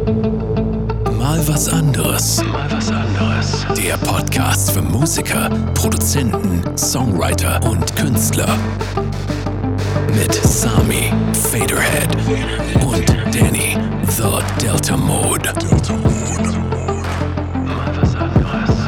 Mal was anderes. Mal was anderes. Der Podcast für Musiker, Produzenten, Songwriter und Künstler. Mit Sami, Faderhead und Danny, The Delta Mode. Mal was anderes.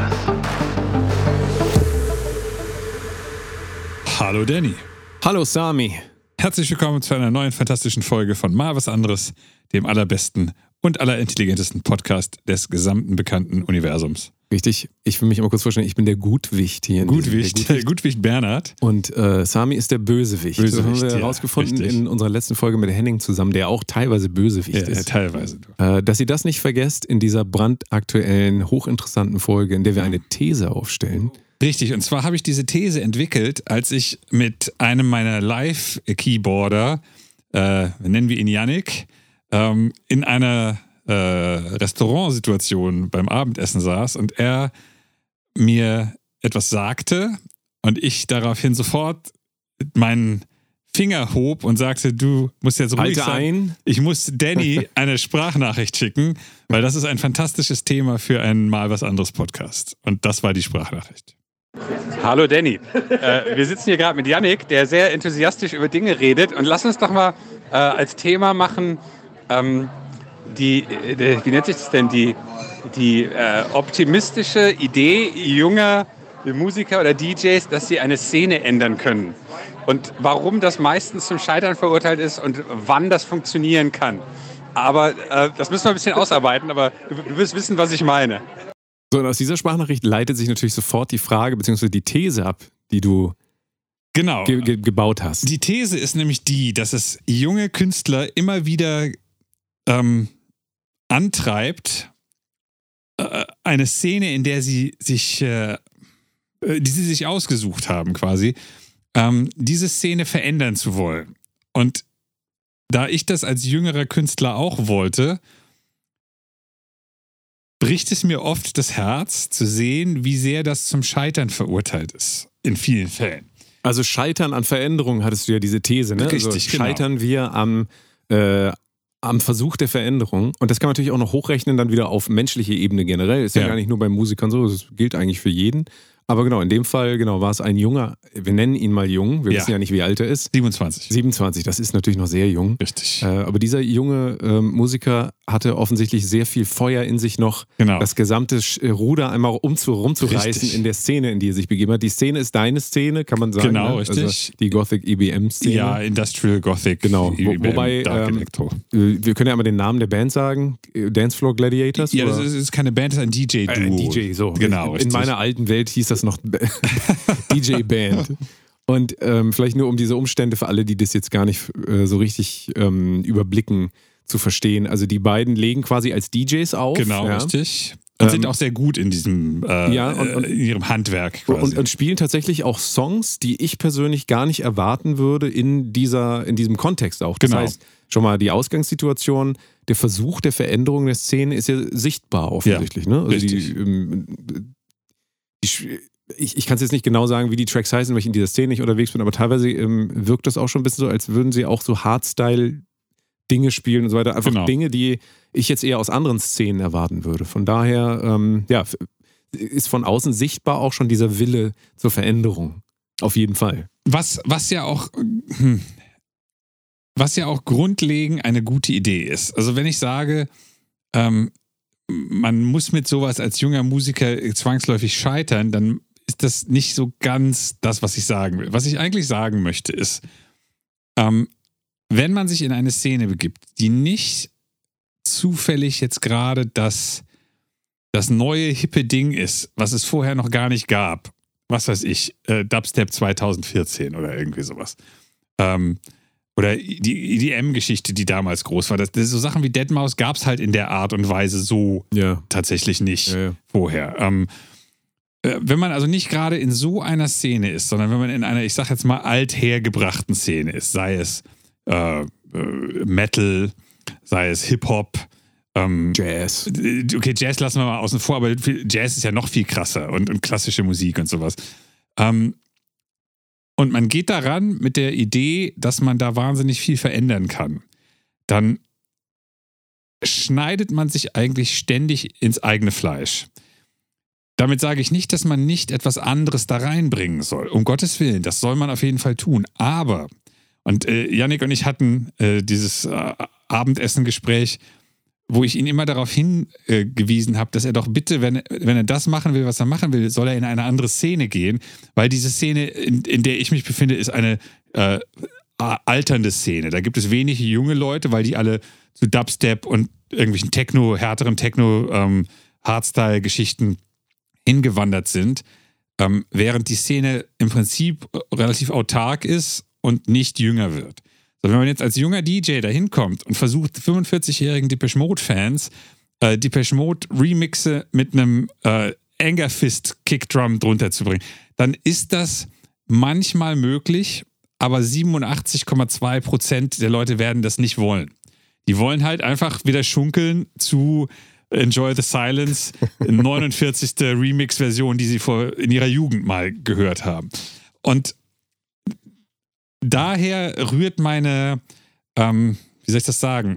Hallo Danny. Hallo Sami. Herzlich willkommen zu einer neuen fantastischen Folge von Mal was anderes, dem allerbesten und allerintelligentesten Podcast des gesamten bekannten Universums. Richtig, ich will mich immer kurz vorstellen, ich bin der Gutwicht hier. Gutwicht Bernhard. Und Sami ist der Bösewicht. Das haben wir herausgefunden in unserer letzten Folge mit Henning zusammen, der auch teilweise Bösewicht ist. Ja, teilweise. Dass ihr das nicht vergesst in dieser brandaktuellen, hochinteressanten Folge, in der wir eine These aufstellen. Richtig, und zwar habe ich diese These entwickelt, als ich mit einem meiner Live-Keyboarder, nennen wir ihn Yannick, in einer Restaurantsituation beim Abendessen saß und er mir etwas sagte und ich daraufhin sofort meinen Finger hob und sagte, du musst jetzt ruhig sein. Ich muss Danny eine Sprachnachricht schicken, weil das ist ein fantastisches Thema für einen Mal was anderes Podcast. Und das war die Sprachnachricht. Hallo Danny, wir sitzen hier gerade mit Yannick, der sehr enthusiastisch über Dinge redet, und lass uns doch mal als Thema machen, wie nennt sich das denn, die optimistische Idee junger Musiker oder DJs, dass sie eine Szene ändern können und warum das meistens zum Scheitern verurteilt ist und wann das funktionieren kann. Aber das müssen wir ein bisschen ausarbeiten, aber du wirst wissen, was ich meine. So, und aus dieser Sprachnachricht leitet sich natürlich sofort die Frage bzw. die These ab, die du gebaut hast. Die These ist nämlich die, dass es junge Künstler immer wieder antreibt, eine Szene, in der sie sich ausgesucht haben quasi, diese Szene verändern zu wollen. Und da ich das als jüngerer Künstler auch wollte, bricht es mir oft das Herz zu sehen, wie sehr das zum Scheitern verurteilt ist. In vielen Fällen. Also Scheitern an Veränderungen, hattest du ja diese These, ne? Richtig, also scheitern wir am Versuch der Veränderung. Und das kann man natürlich auch noch hochrechnen dann wieder auf menschliche Ebene generell. Ist ja gar nicht nur bei Musikern so, das gilt eigentlich für jeden. Aber genau, in dem Fall war es ein junger, wir nennen ihn mal jung, wir wissen ja nicht, wie alt er ist. 27, das ist natürlich noch sehr jung. Richtig. Aber dieser junge Musiker hatte offensichtlich sehr viel Feuer in sich noch, das gesamte Ruder einmal rumzureißen in der Szene, in die er sich begeben hat. Die Szene ist deine Szene, kann man sagen. Genau, ne? richtig. Also die Gothic EBM-Szene. Ja, Industrial Gothic. Genau, EBM, wobei wir können ja einmal den Namen der Band sagen, Dancefloor Gladiators. Ja, das ist keine Band, das ist ein DJ-Duo. Ein DJ, so. Genau, in meiner alten Welt hieß das noch DJ-Band. Und vielleicht nur um diese Umstände für alle, die das jetzt gar nicht so richtig überblicken, zu verstehen. Also die beiden legen quasi als DJs auf. Genau, richtig. Und sind auch sehr gut in diesem in ihrem Handwerk quasi. Und spielen tatsächlich auch Songs, die ich persönlich gar nicht erwarten würde in diesem Kontext auch. Das heißt, schon mal die Ausgangssituation, der Versuch der Veränderung der Szene ist ja sichtbar offensichtlich. Ne? Also richtig. Ich kann es jetzt nicht genau sagen, wie die Tracks heißen, weil ich in dieser Szene nicht unterwegs bin, aber teilweise wirkt das auch schon ein bisschen so, als würden sie auch so Hardstyle-Dinge spielen und so weiter. Einfach Dinge, die ich jetzt eher aus anderen Szenen erwarten würde. Von daher, ist von außen sichtbar auch schon dieser Wille zur Veränderung. Auf jeden Fall. Was ja auch grundlegend eine gute Idee ist. Also wenn ich sage, man muss mit sowas als junger Musiker zwangsläufig scheitern, dann ist das nicht so ganz das, was ich sagen will. Was ich eigentlich sagen möchte ist, wenn man sich in eine Szene begibt, die nicht zufällig jetzt gerade das neue hippe Ding ist, was es vorher noch gar nicht gab, was weiß ich, Dubstep 2014 oder irgendwie sowas, oder die EDM-Geschichte, die damals groß war. So Sachen wie Deadmau5 gab es halt in der Art und Weise so tatsächlich nicht vorher. Wenn man also nicht gerade in so einer Szene ist, sondern wenn man in einer, ich sag jetzt mal, althergebrachten Szene ist, sei es Metal, sei es Hip-Hop, Jazz. Okay, Jazz lassen wir mal außen vor, aber Jazz ist ja noch viel krasser und klassische Musik und sowas. Und man geht daran mit der Idee, dass man da wahnsinnig viel verändern kann. Dann schneidet man sich eigentlich ständig ins eigene Fleisch. Damit sage ich nicht, dass man nicht etwas anderes da reinbringen soll. Um Gottes Willen, das soll man auf jeden Fall tun. Aber, und Yannick und ich hatten dieses Abendessengespräch, wo ich ihn immer darauf hingewiesen habe, dass er doch bitte, wenn er das machen will, was er machen will, soll er in eine andere Szene gehen, weil diese Szene, in der ich mich befinde, ist eine alternde Szene. Da gibt es wenig junge Leute, weil die alle zu Dubstep und irgendwelchen härteren Techno, Hardstyle-Geschichten hingewandert sind, während die Szene im Prinzip relativ autark ist und nicht jünger wird. So, wenn man jetzt als junger DJ da hinkommt und versucht, 45-jährigen Depeche Mode-Fans Depeche Mode Remixe mit einem Anger Fist Kickdrum drunter zu bringen, dann ist das manchmal möglich, aber 87,2% der Leute werden das nicht wollen. Die wollen halt einfach wieder schunkeln zu Enjoy the Silence, 49. Remix-Version, die sie in ihrer Jugend mal gehört haben. Und daher rührt meine, wie soll ich das sagen,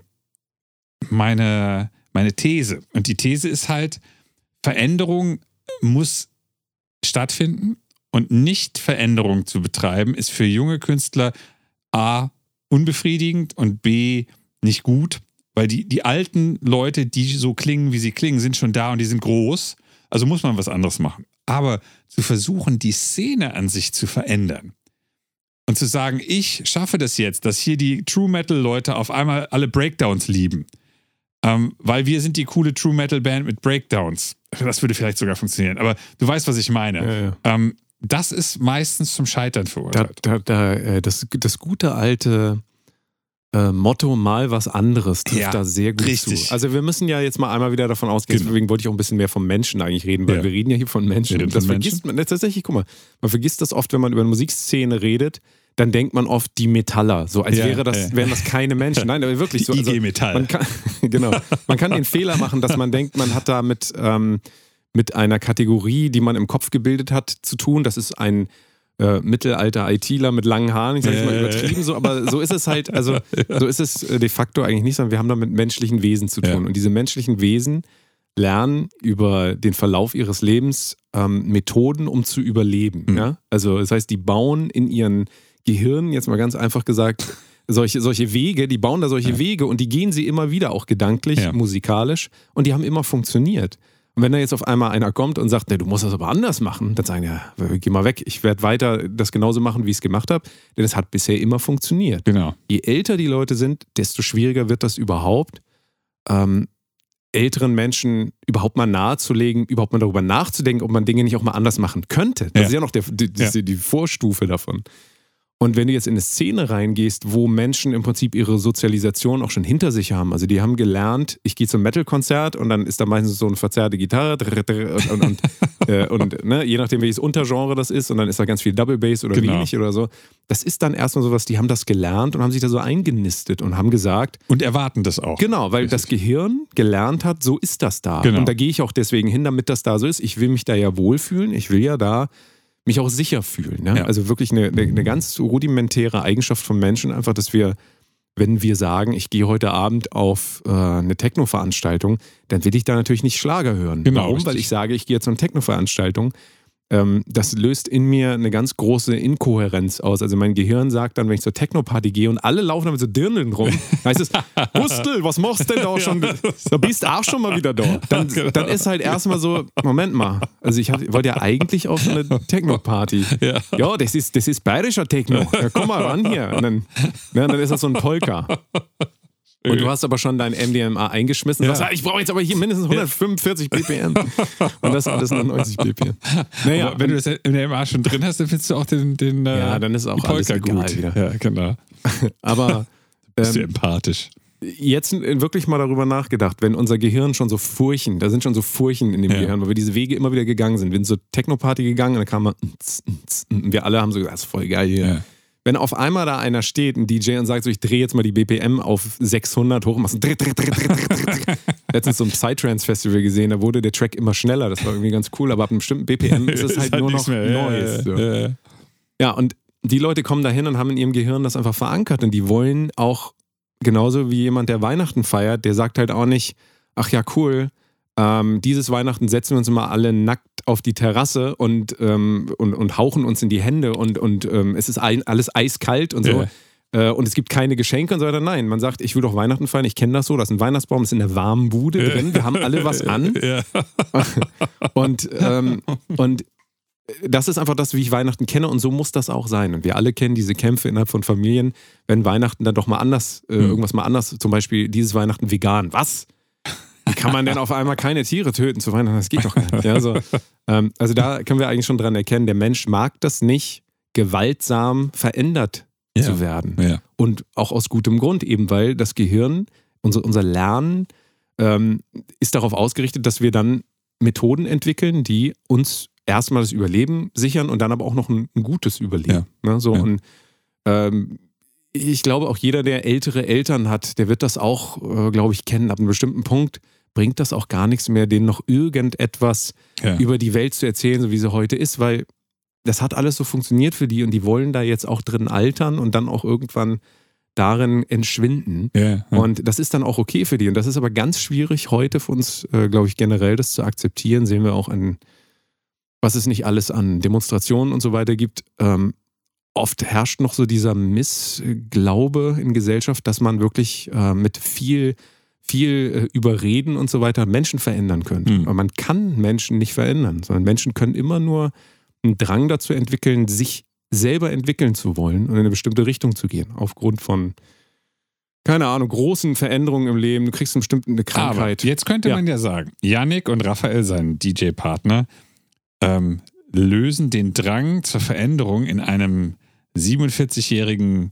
meine These. Und die These ist halt, Veränderung muss stattfinden und nicht Veränderung zu betreiben, ist für junge Künstler A, unbefriedigend und B, nicht gut, weil die alten Leute, die so klingen, wie sie klingen, sind schon da und die sind groß, also muss man was anderes machen. Aber zu versuchen, die Szene an sich zu verändern und zu sagen, ich schaffe das jetzt, dass hier die True-Metal-Leute auf einmal alle Breakdowns lieben, weil wir sind die coole True-Metal-Band mit Breakdowns. Das würde vielleicht sogar funktionieren, aber du weißt, was ich meine. Ja. Das ist meistens zum Scheitern verurteilt. Das gute alte Motto, mal was anderes, trifft da sehr gut zu. Also wir müssen ja jetzt mal einmal wieder davon ausgehen, deswegen wollte ich auch ein bisschen mehr vom Menschen eigentlich reden, weil wir reden ja hier von Menschen. Das vergisst man tatsächlich, guck mal, man vergisst das oft, wenn man über eine Musikszene redet, dann denkt man oft die Metaller, so als wären das keine Menschen. Nein, aber wirklich so. Die IG Metall. Man kann den Fehler machen, dass man denkt, man hat da mit einer Kategorie, die man im Kopf gebildet hat, zu tun. Das ist ein mittelalter ITler mit langen Haaren, ich sage jetzt mal übertrieben so, aber so ist es halt, also so ist es de facto eigentlich nicht, sondern wir haben da mit menschlichen Wesen zu tun. Ja. Und diese menschlichen Wesen lernen über den Verlauf ihres Lebens Methoden, um zu überleben. Mhm. Ja? Also das heißt, die bauen in ihren Gehirnen, jetzt mal ganz einfach gesagt, solche Wege, die bauen da solche Wege und die gehen sie immer wieder, auch gedanklich, musikalisch, und die haben immer funktioniert. Und wenn da jetzt auf einmal einer kommt und sagt, nee, du musst das aber anders machen, dann sagen ja, geh mal weg, ich werde weiter das genauso machen, wie ich es gemacht habe, denn es hat bisher immer funktioniert. Genau. Je älter die Leute sind, desto schwieriger wird das überhaupt, älteren Menschen überhaupt mal nahezulegen, überhaupt mal darüber nachzudenken, ob man Dinge nicht auch mal anders machen könnte. Das ist ja noch die Vorstufe davon. Und wenn du jetzt in eine Szene reingehst, wo Menschen im Prinzip ihre Sozialisation auch schon hinter sich haben, also die haben gelernt, ich gehe zum Metal-Konzert und dann ist da meistens so eine verzerrte Gitarre und je nachdem, welches Untergenre das ist, und dann ist da ganz viel Double Bass oder wenig oder so. Das ist dann erstmal sowas, die haben das gelernt und haben sich da so eingenistet und haben gesagt. Und erwarten das auch. Genau, weil das Gehirn gelernt hat, so ist das da. Genau. Und da gehe ich auch deswegen hin, damit das da so ist. Ich will mich da ja wohlfühlen, ich will ja da mich auch sicher fühlen. Ne? Ja. Also wirklich eine ganz rudimentäre Eigenschaft von Menschen, einfach, dass wir, wenn wir sagen, ich gehe heute Abend auf eine Techno-Veranstaltung, dann will ich da natürlich nicht Schlager hören. Genau, warum? richtig. Weil ich sage, ich gehe zu einer Techno-Veranstaltung. Das löst in mir eine ganz große Inkohärenz aus. Also mein Gehirn sagt dann, wenn ich zur Techno-Party gehe und alle laufen da mit so Dirndeln rum, heißt es, Gustl, was machst du denn da schon? Da bist du auch schon mal wieder da. Dann ist halt erstmal so, Moment mal, also ich wollte ja eigentlich auf eine Techno-Party. Ja, das ist bayerischer Techno. Ja, komm mal ran hier. Und dann ist das so ein Polka. Und du hast aber schon dein MDMA eingeschmissen. Ja. Ich brauche jetzt aber hier mindestens 145 BPM. Und das alles nur 90 BPM. Naja, wenn du das MDMA schon drin hast, dann findest du auch den dann ist auch alles gut. Wieder. Ja, genau. Aber bist du empathisch. Jetzt wirklich mal darüber nachgedacht, wenn unser Gehirn schon so Furchen, da sind schon so Furchen in dem Gehirn, weil wir diese Wege immer wieder gegangen sind. Wir sind zur Techno-Party gegangen und dann kam man und wir alle haben so gesagt, das ist voll geil hier. Ja. Wenn auf einmal da einer steht, ein DJ, und sagt so, ich drehe jetzt mal die BPM auf 600 hoch und machst letztens so ein Psytrance-Festival gesehen, da wurde der Track immer schneller, das war irgendwie ganz cool, aber ab einem bestimmten BPM ist es halt nur noch Noise. Ja, und die Leute kommen da hin und haben in ihrem Gehirn das einfach verankert und die wollen auch genauso wie jemand, der Weihnachten feiert, der sagt halt auch nicht, ach ja, cool, dieses Weihnachten setzen wir uns immer alle nackt auf die Terrasse und hauchen uns in die Hände und es ist alles eiskalt und so. Und es gibt keine Geschenke und so weiter. Nein, man sagt, ich will doch Weihnachten feiern, ich kenne das so, da ist ein Weihnachtsbaum, ist in der warmen Bude drin, wir haben alle was an. Und das ist einfach das, wie ich Weihnachten kenne und so muss das auch sein. Und wir alle kennen diese Kämpfe innerhalb von Familien, wenn Weihnachten dann doch mal anders, irgendwas mal anders, zum Beispiel dieses Weihnachten vegan. Was? Wie kann man denn auf einmal keine Tiere töten zu Weihnachten? Das geht doch gar nicht. Ja, so. Also da können wir eigentlich schon dran erkennen, der Mensch mag das nicht, gewaltsam verändert zu werden. Ja. Und auch aus gutem Grund, eben weil das Gehirn, unser Lernen ist darauf ausgerichtet, dass wir dann Methoden entwickeln, die uns erstmal das Überleben sichern und dann aber auch noch ein gutes Überleben. Ja. Ne, so. Ja. Und ich glaube auch jeder, der ältere Eltern hat, der wird das auch, glaube ich, kennen. Ab einem bestimmten Punkt bringt das auch gar nichts mehr, denen noch irgendetwas über die Welt zu erzählen, so wie sie heute ist, weil das hat alles so funktioniert für die und die wollen da jetzt auch drin altern und dann auch irgendwann darin entschwinden. Ja. Und das ist dann auch okay für die. Und das ist aber ganz schwierig heute für uns, glaube ich, generell das zu akzeptieren. Sehen wir auch an, was es nicht alles an Demonstrationen und so weiter gibt. Oft herrscht noch so dieser Missglaube in Gesellschaft, dass man wirklich mit viel Überreden und so weiter Menschen verändern könnte. Aber man kann Menschen nicht verändern, sondern Menschen können immer nur einen Drang dazu entwickeln, sich selber entwickeln zu wollen und in eine bestimmte Richtung zu gehen. Aufgrund von, keine Ahnung, großen Veränderungen im Leben. Du kriegst bestimmt eine Krankheit. Aber jetzt könnte man ja sagen, Yannick und Raphael, sein DJ-Partner, lösen den Drang zur Veränderung in einem 47-jährigen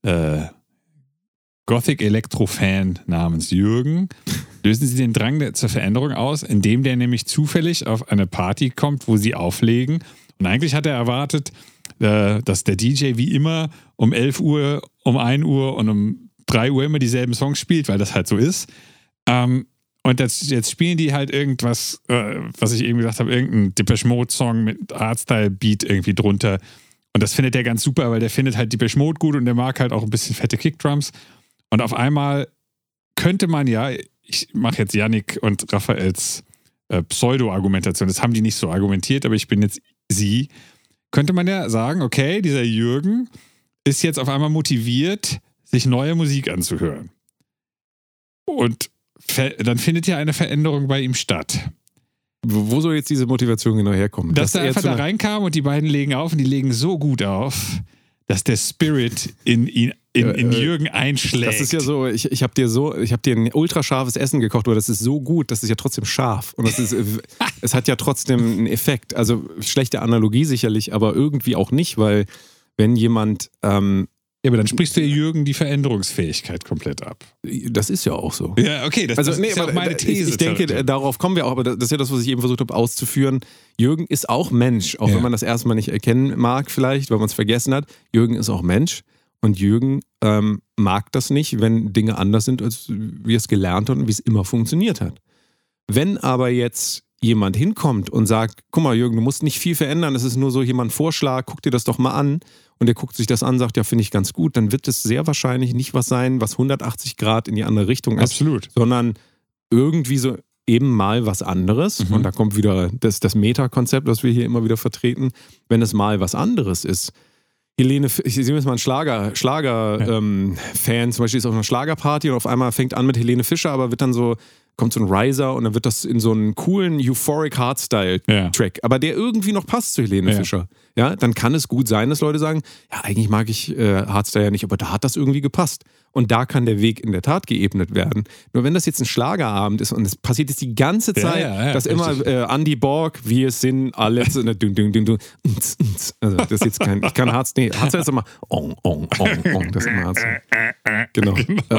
Gothic-Elektro-Fan namens Jürgen, lösen sie den Drang zur Veränderung aus, indem der nämlich zufällig auf eine Party kommt, wo sie auflegen. Und eigentlich hat er erwartet, dass der DJ wie immer um 11 Uhr, um 1 Uhr und um 3 Uhr immer dieselben Songs spielt, weil das halt so ist. Und jetzt spielen die halt irgendwas, was ich eben gesagt habe, irgendein Depeche Mode-Song mit Hardstyle-Beat irgendwie drunter. Und das findet er ganz super, weil der findet halt Depeche Mode gut und der mag halt auch ein bisschen fette Kickdrums. Und auf einmal könnte man ich mache jetzt Yannick und Raphaels Pseudo-Argumentation, das haben die nicht so argumentiert, aber ich bin jetzt sie, könnte man ja sagen, okay, dieser Jürgen ist jetzt auf einmal motiviert, sich neue Musik anzuhören. Und dann findet ja eine Veränderung bei ihm statt. Wo soll jetzt diese Motivation genau herkommen? Dass er einfach da reinkam und die beiden legen auf und die legen so gut auf, dass der Spirit in Jürgen einschlägt. Das ist ja so, ich habe dir ein ultrascharfes Essen gekocht, aber das ist so gut, das ist ja trotzdem scharf. Und es hat ja trotzdem einen Effekt. Also schlechte Analogie sicherlich, aber irgendwie auch nicht, weil wenn jemand aber dann sprichst du Jürgen die Veränderungsfähigkeit komplett ab. Das ist ja auch so. Ja, okay, das ist ja auch meine These. Ich denke, darauf kommen wir auch, aber das ist ja das, was ich eben versucht habe auszuführen. Jürgen ist auch Mensch, auch wenn man das erstmal nicht erkennen mag vielleicht, weil man es vergessen hat. Jürgen ist auch Mensch und Jürgen mag das nicht, wenn Dinge anders sind, als wie es gelernt hat und wie es immer funktioniert hat. Wenn aber jetzt jemand hinkommt und sagt, guck mal Jürgen, du musst nicht viel verändern, es ist nur so jemand Vorschlag, guck dir das doch mal an und der guckt sich das an, sagt, ja, finde ich ganz gut, dann wird es sehr wahrscheinlich nicht was sein, was 180 Grad in die andere Richtung ist. Absolut. Sondern irgendwie so eben mal was anderes und da kommt wieder das Meta-Konzept, das wir hier immer wieder vertreten, wenn es mal was anderes ist. Helene, ich sehe jetzt mal einen Schlager-Fan, zum Beispiel ist auf einer Schlagerparty und auf einmal fängt an mit Helene Fischer, aber wird dann so, kommt so ein Riser und dann wird das in so einen coolen Euphoric Hardstyle-Track, aber der irgendwie noch passt zu Helene Fischer. Ja, dann kann es gut sein, dass Leute sagen, ja, eigentlich mag ich Hardstyle ja nicht, aber da hat das irgendwie gepasst. Und da kann der Weg in der Tat geebnet werden. Nur wenn das jetzt ein Schlagerabend ist und es passiert jetzt die ganze Zeit, dass immer Andy Borg, wir sind alle, also das ist jetzt kein, ich kann Hardstyle, Hardstyle ist immer das ist immer Hardstyle. Genau.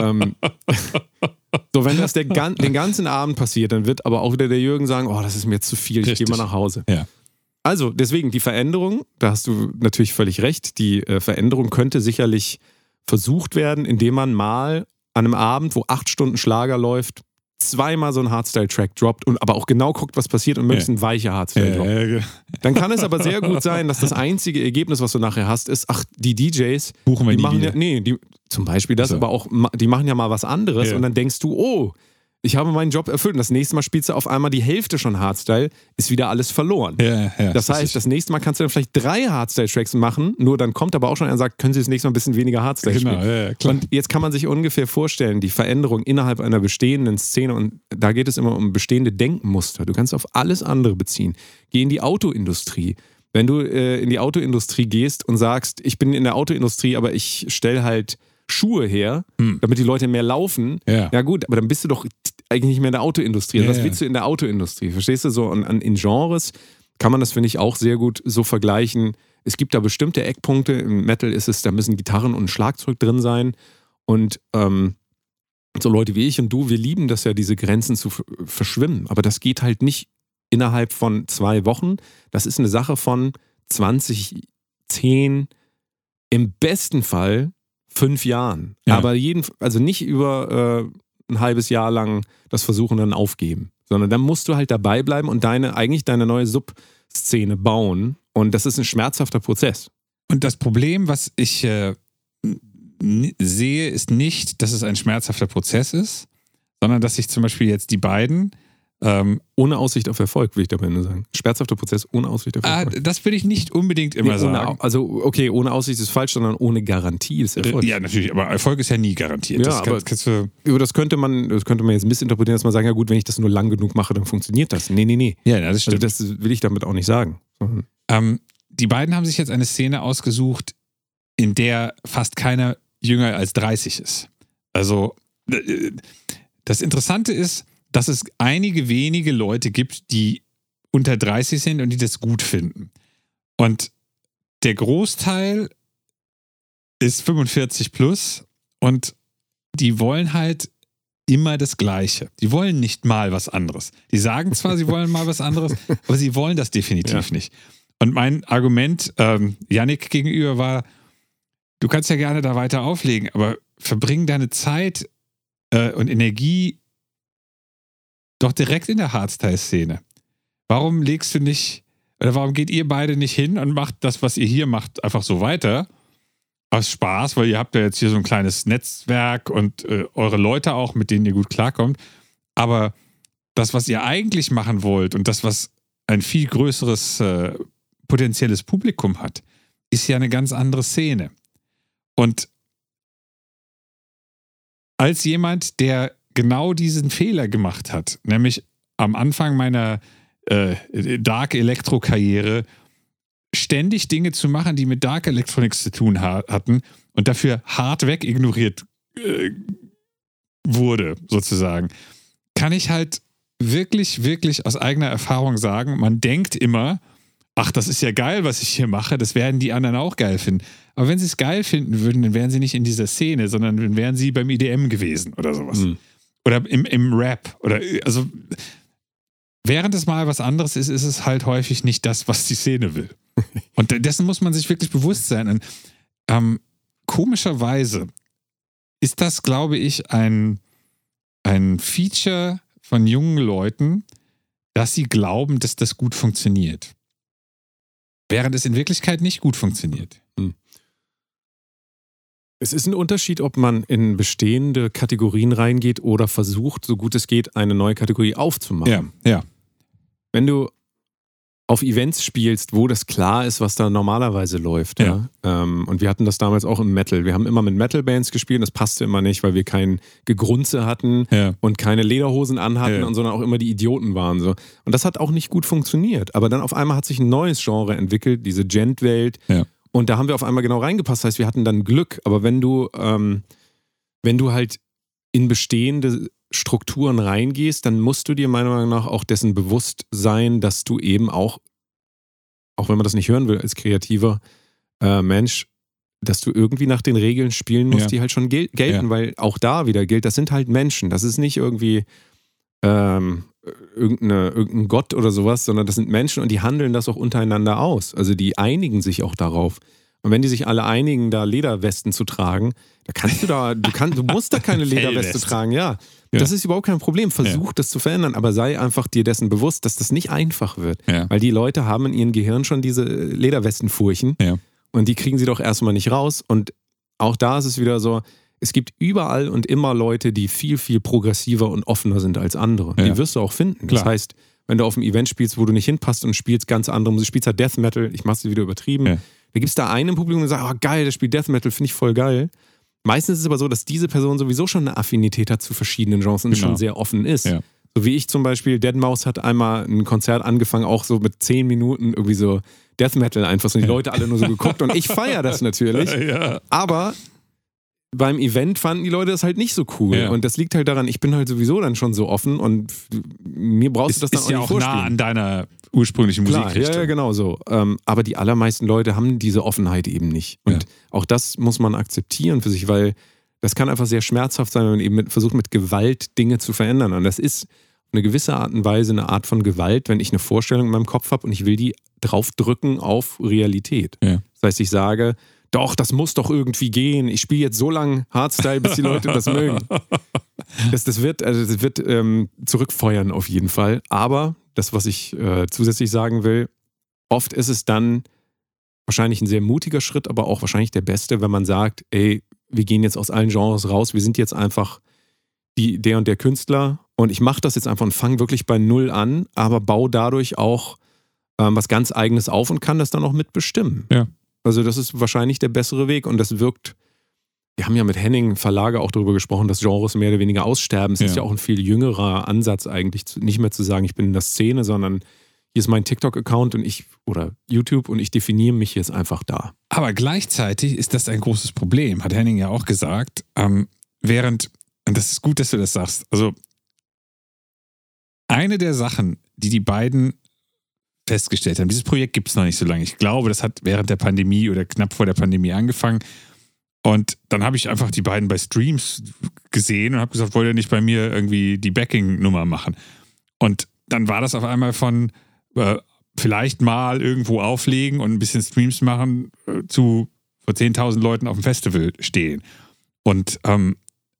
So, wenn das den ganzen Abend passiert, dann wird aber auch wieder der Jürgen sagen, oh, das ist mir jetzt zu viel, ich gehe mal nach Hause. Ja. Also, deswegen die Veränderung, da hast du natürlich völlig recht, die Veränderung könnte sicherlich versucht werden, indem man mal an einem Abend, wo 8 Stunden Schlager läuft, zweimal so einen Hardstyle-Track droppt und aber auch genau guckt, was passiert und möglichst ein weicher Hardstyle droppt. Dann kann es aber sehr gut sein, dass das einzige Ergebnis, was du nachher hast, ist, ach, die DJs, buchen wir die machen wieder. die Zum Beispiel das, aber auch, die machen ja mal was anderes und dann denkst du, oh, ich habe meinen Job erfüllt und das nächste Mal spielst du auf einmal die Hälfte schon Hardstyle, ist wieder alles verloren. Das heißt, das nächste Mal kannst du dann vielleicht 3 Hardstyle-Tracks machen, nur dann kommt aber auch schon einer und sagt, können Sie das nächste Mal ein bisschen weniger Hardstyle spielen. Klar. Und jetzt kann man sich ungefähr vorstellen, die Veränderung innerhalb einer bestehenden Szene, und da geht es immer um bestehende Denkmuster. Du kannst auf alles andere beziehen. Geh in die Autoindustrie. Wenn du in die Autoindustrie gehst und sagst, ich bin in der Autoindustrie, aber ich stelle halt Schuhe her, damit die Leute mehr laufen. Ja gut, aber dann bist du doch eigentlich nicht mehr in der Autoindustrie. Also was willst du in der Autoindustrie? Verstehst du so? Und in Genres kann man das, finde ich, auch sehr gut so vergleichen. Es gibt da bestimmte Eckpunkte. Im Metal ist es, da müssen Gitarren und Schlagzeug drin sein. Und so Leute wie ich und du, wir lieben das ja, diese Grenzen zu verschwimmen. Aber das geht halt nicht innerhalb von 2 Wochen. Das ist eine Sache von 2010, im besten Fall 5 Jahren. Aber also nicht über ein halbes Jahr lang das Versuchen dann aufgeben, sondern dann musst du halt dabei bleiben und deine neue Subszene bauen. Und das ist ein schmerzhafter Prozess. Und das Problem, was ich sehe, ist nicht, dass es ein schmerzhafter Prozess ist, sondern dass sich zum Beispiel jetzt die beiden ohne Aussicht auf Erfolg, will ich dabei nur sagen. Schmerzhafter Prozess ohne Aussicht auf Erfolg. Das will ich nicht unbedingt immer sagen. Also, okay, ohne Aussicht ist falsch, sondern ohne Garantie des Erfolgs. Ja, natürlich, aber Erfolg ist ja nie garantiert. Ja, das könnte man jetzt missinterpretieren, dass man sagen, ja gut, wenn ich das nur lang genug mache, dann funktioniert das. Nee. Ja, das stimmt. Also das will ich damit auch nicht sagen. Die beiden haben sich jetzt eine Szene ausgesucht, in der fast keiner jünger als 30 ist. Also, das Interessante ist, dass es einige wenige Leute gibt, die unter 30 sind und die das gut finden. Und der Großteil ist 45 plus und die wollen halt immer das Gleiche. Die wollen nicht mal was anderes. Die sagen zwar, sie wollen mal was anderes, aber sie wollen das definitiv nicht. Und mein Argument Yannick gegenüber war, du kannst ja gerne da weiter auflegen, aber verbring deine Zeit und Energie doch direkt in der Hardstyle-Szene. Warum legst du nicht, oder warum geht ihr beide nicht hin und macht das, was ihr hier macht, einfach so weiter? Aus Spaß, weil ihr habt ja jetzt hier so ein kleines Netzwerk und eure Leute auch, mit denen ihr gut klarkommt. Aber das, was ihr eigentlich machen wollt und das, was ein viel größeres potenzielles Publikum hat, ist ja eine ganz andere Szene. Und als jemand, der genau diesen Fehler gemacht hat, nämlich am Anfang meiner Dark Electro-Karriere ständig Dinge zu machen, die mit Dark Electronics zu tun hatten und dafür hart weg ignoriert wurde, sozusagen, kann ich halt wirklich, wirklich aus eigener Erfahrung sagen, man denkt immer, ach, das ist ja geil, was ich hier mache, das werden die anderen auch geil finden. Aber wenn sie es geil finden würden, dann wären sie nicht in dieser Szene, sondern dann wären sie beim EDM gewesen oder sowas. Oder im Rap. Oder also während es mal was anderes ist, ist es halt häufig nicht das, was die Szene will. Und dessen muss man sich wirklich bewusst sein. Und, komischerweise ist das, glaube ich, ein Feature von jungen Leuten, dass sie glauben, dass das gut funktioniert. Während es in Wirklichkeit nicht gut funktioniert. Es ist ein Unterschied, ob man in bestehende Kategorien reingeht oder versucht, so gut es geht, eine neue Kategorie aufzumachen. Ja. Wenn du auf Events spielst, wo das klar ist, was da normalerweise läuft. Ja. Und wir hatten das damals auch im Metal. Wir haben immer mit Metal-Bands gespielt, das passte immer nicht, weil wir kein Gegrunze hatten und keine Lederhosen anhatten, sondern auch immer die Idioten waren. So. Und das hat auch nicht gut funktioniert. Aber dann auf einmal hat sich ein neues Genre entwickelt, diese Gent-Welt. Ja. Und da haben wir auf einmal genau reingepasst. Das heißt, wir hatten dann Glück. Aber wenn du halt in bestehende Strukturen reingehst, dann musst du dir meiner Meinung nach auch dessen bewusst sein, dass du eben auch wenn man das nicht hören will als kreativer Mensch, dass du irgendwie nach den Regeln spielen musst, die halt schon gelten, weil auch da wieder gilt, das sind halt Menschen. Das ist nicht irgendwie irgendein Gott oder sowas, sondern das sind Menschen und die handeln das auch untereinander aus. Also die einigen sich auch darauf. Und wenn die sich alle einigen, da Lederwesten zu tragen, du musst da keine Lederweste tragen, ja. Das ist überhaupt kein Problem. Versuch das zu verändern, aber sei einfach dir dessen bewusst, dass das nicht einfach wird. Ja. Weil die Leute haben in ihrem Gehirn schon diese Lederwestenfurchen und die kriegen sie doch erstmal nicht raus. Und auch da ist es wieder so, es gibt überall und immer Leute, die viel, viel progressiver und offener sind als andere. Ja. Die wirst du auch finden. Klar. Das heißt, wenn du auf einem Event spielst, wo du nicht hinpasst und spielst ganz andere Musik, spielst halt Death Metal, ich mach's wieder übertrieben, Ja. da gibt es da einen im Publikum, der sagt, geil, der spielt Death Metal, finde ich voll geil. Meistens ist es aber so, dass diese Person sowieso schon eine Affinität hat zu verschiedenen Genres und schon sehr offen ist. Ja. So wie ich zum Beispiel, Deadmau5 hat einmal ein Konzert angefangen, auch so mit 10 Minuten irgendwie so Death Metal einfach so, und die Leute alle nur so geguckt und ich feiere das natürlich. Ja. Aber beim Event fanden die Leute das halt nicht so cool. Ja. Und das liegt halt daran, ich bin halt sowieso dann schon so offen und mir brauchst du das dann Ist auch ja nicht auch vorspielen. nah an deiner ursprünglichen Klar, Musikrichtung. ja, genau so. Aber die allermeisten Leute haben diese Offenheit eben nicht. Und auch das muss man akzeptieren für sich, weil das kann einfach sehr schmerzhaft sein, wenn man eben versucht, mit Gewalt Dinge zu verändern. Und das ist eine gewisse Art und Weise eine Art von Gewalt, wenn ich eine Vorstellung in meinem Kopf habe und ich will die draufdrücken auf Realität. Ja. Das heißt, ich sage, doch, das muss doch irgendwie gehen. Ich spiele jetzt so lange Hardstyle, bis die Leute das mögen. Das wird zurückfeuern auf jeden Fall. Aber das, was ich zusätzlich sagen will, oft ist es dann wahrscheinlich ein sehr mutiger Schritt, aber auch wahrscheinlich der beste, wenn man sagt, ey, wir gehen jetzt aus allen Genres raus, wir sind jetzt einfach der und der Künstler und ich mache das jetzt einfach und fange wirklich bei Null an, aber baue dadurch auch was ganz Eigenes auf und kann das dann auch mitbestimmen. Ja. Also das ist wahrscheinlich der bessere Weg und das wirkt, wir haben ja mit Henning Verlage auch darüber gesprochen, dass Genres mehr oder weniger aussterben. Es ist ja auch ein viel jüngerer Ansatz eigentlich, nicht mehr zu sagen, ich bin in der Szene, sondern hier ist mein TikTok-Account oder YouTube und ich definiere mich jetzt einfach da. Aber gleichzeitig ist das ein großes Problem, hat Henning ja auch gesagt, während, und das ist gut, dass du das sagst, also eine der Sachen, die beiden festgestellt haben, dieses Projekt gibt es noch nicht so lange. Ich glaube, das hat während der Pandemie oder knapp vor der Pandemie angefangen. Und dann habe ich einfach die beiden bei Streams gesehen und habe gesagt, wollt ihr nicht bei mir irgendwie die Backing-Nummer machen? Und dann war das auf einmal von vielleicht mal irgendwo auflegen und ein bisschen Streams machen zu vor 10.000 Leuten auf dem Festival stehen. Und ein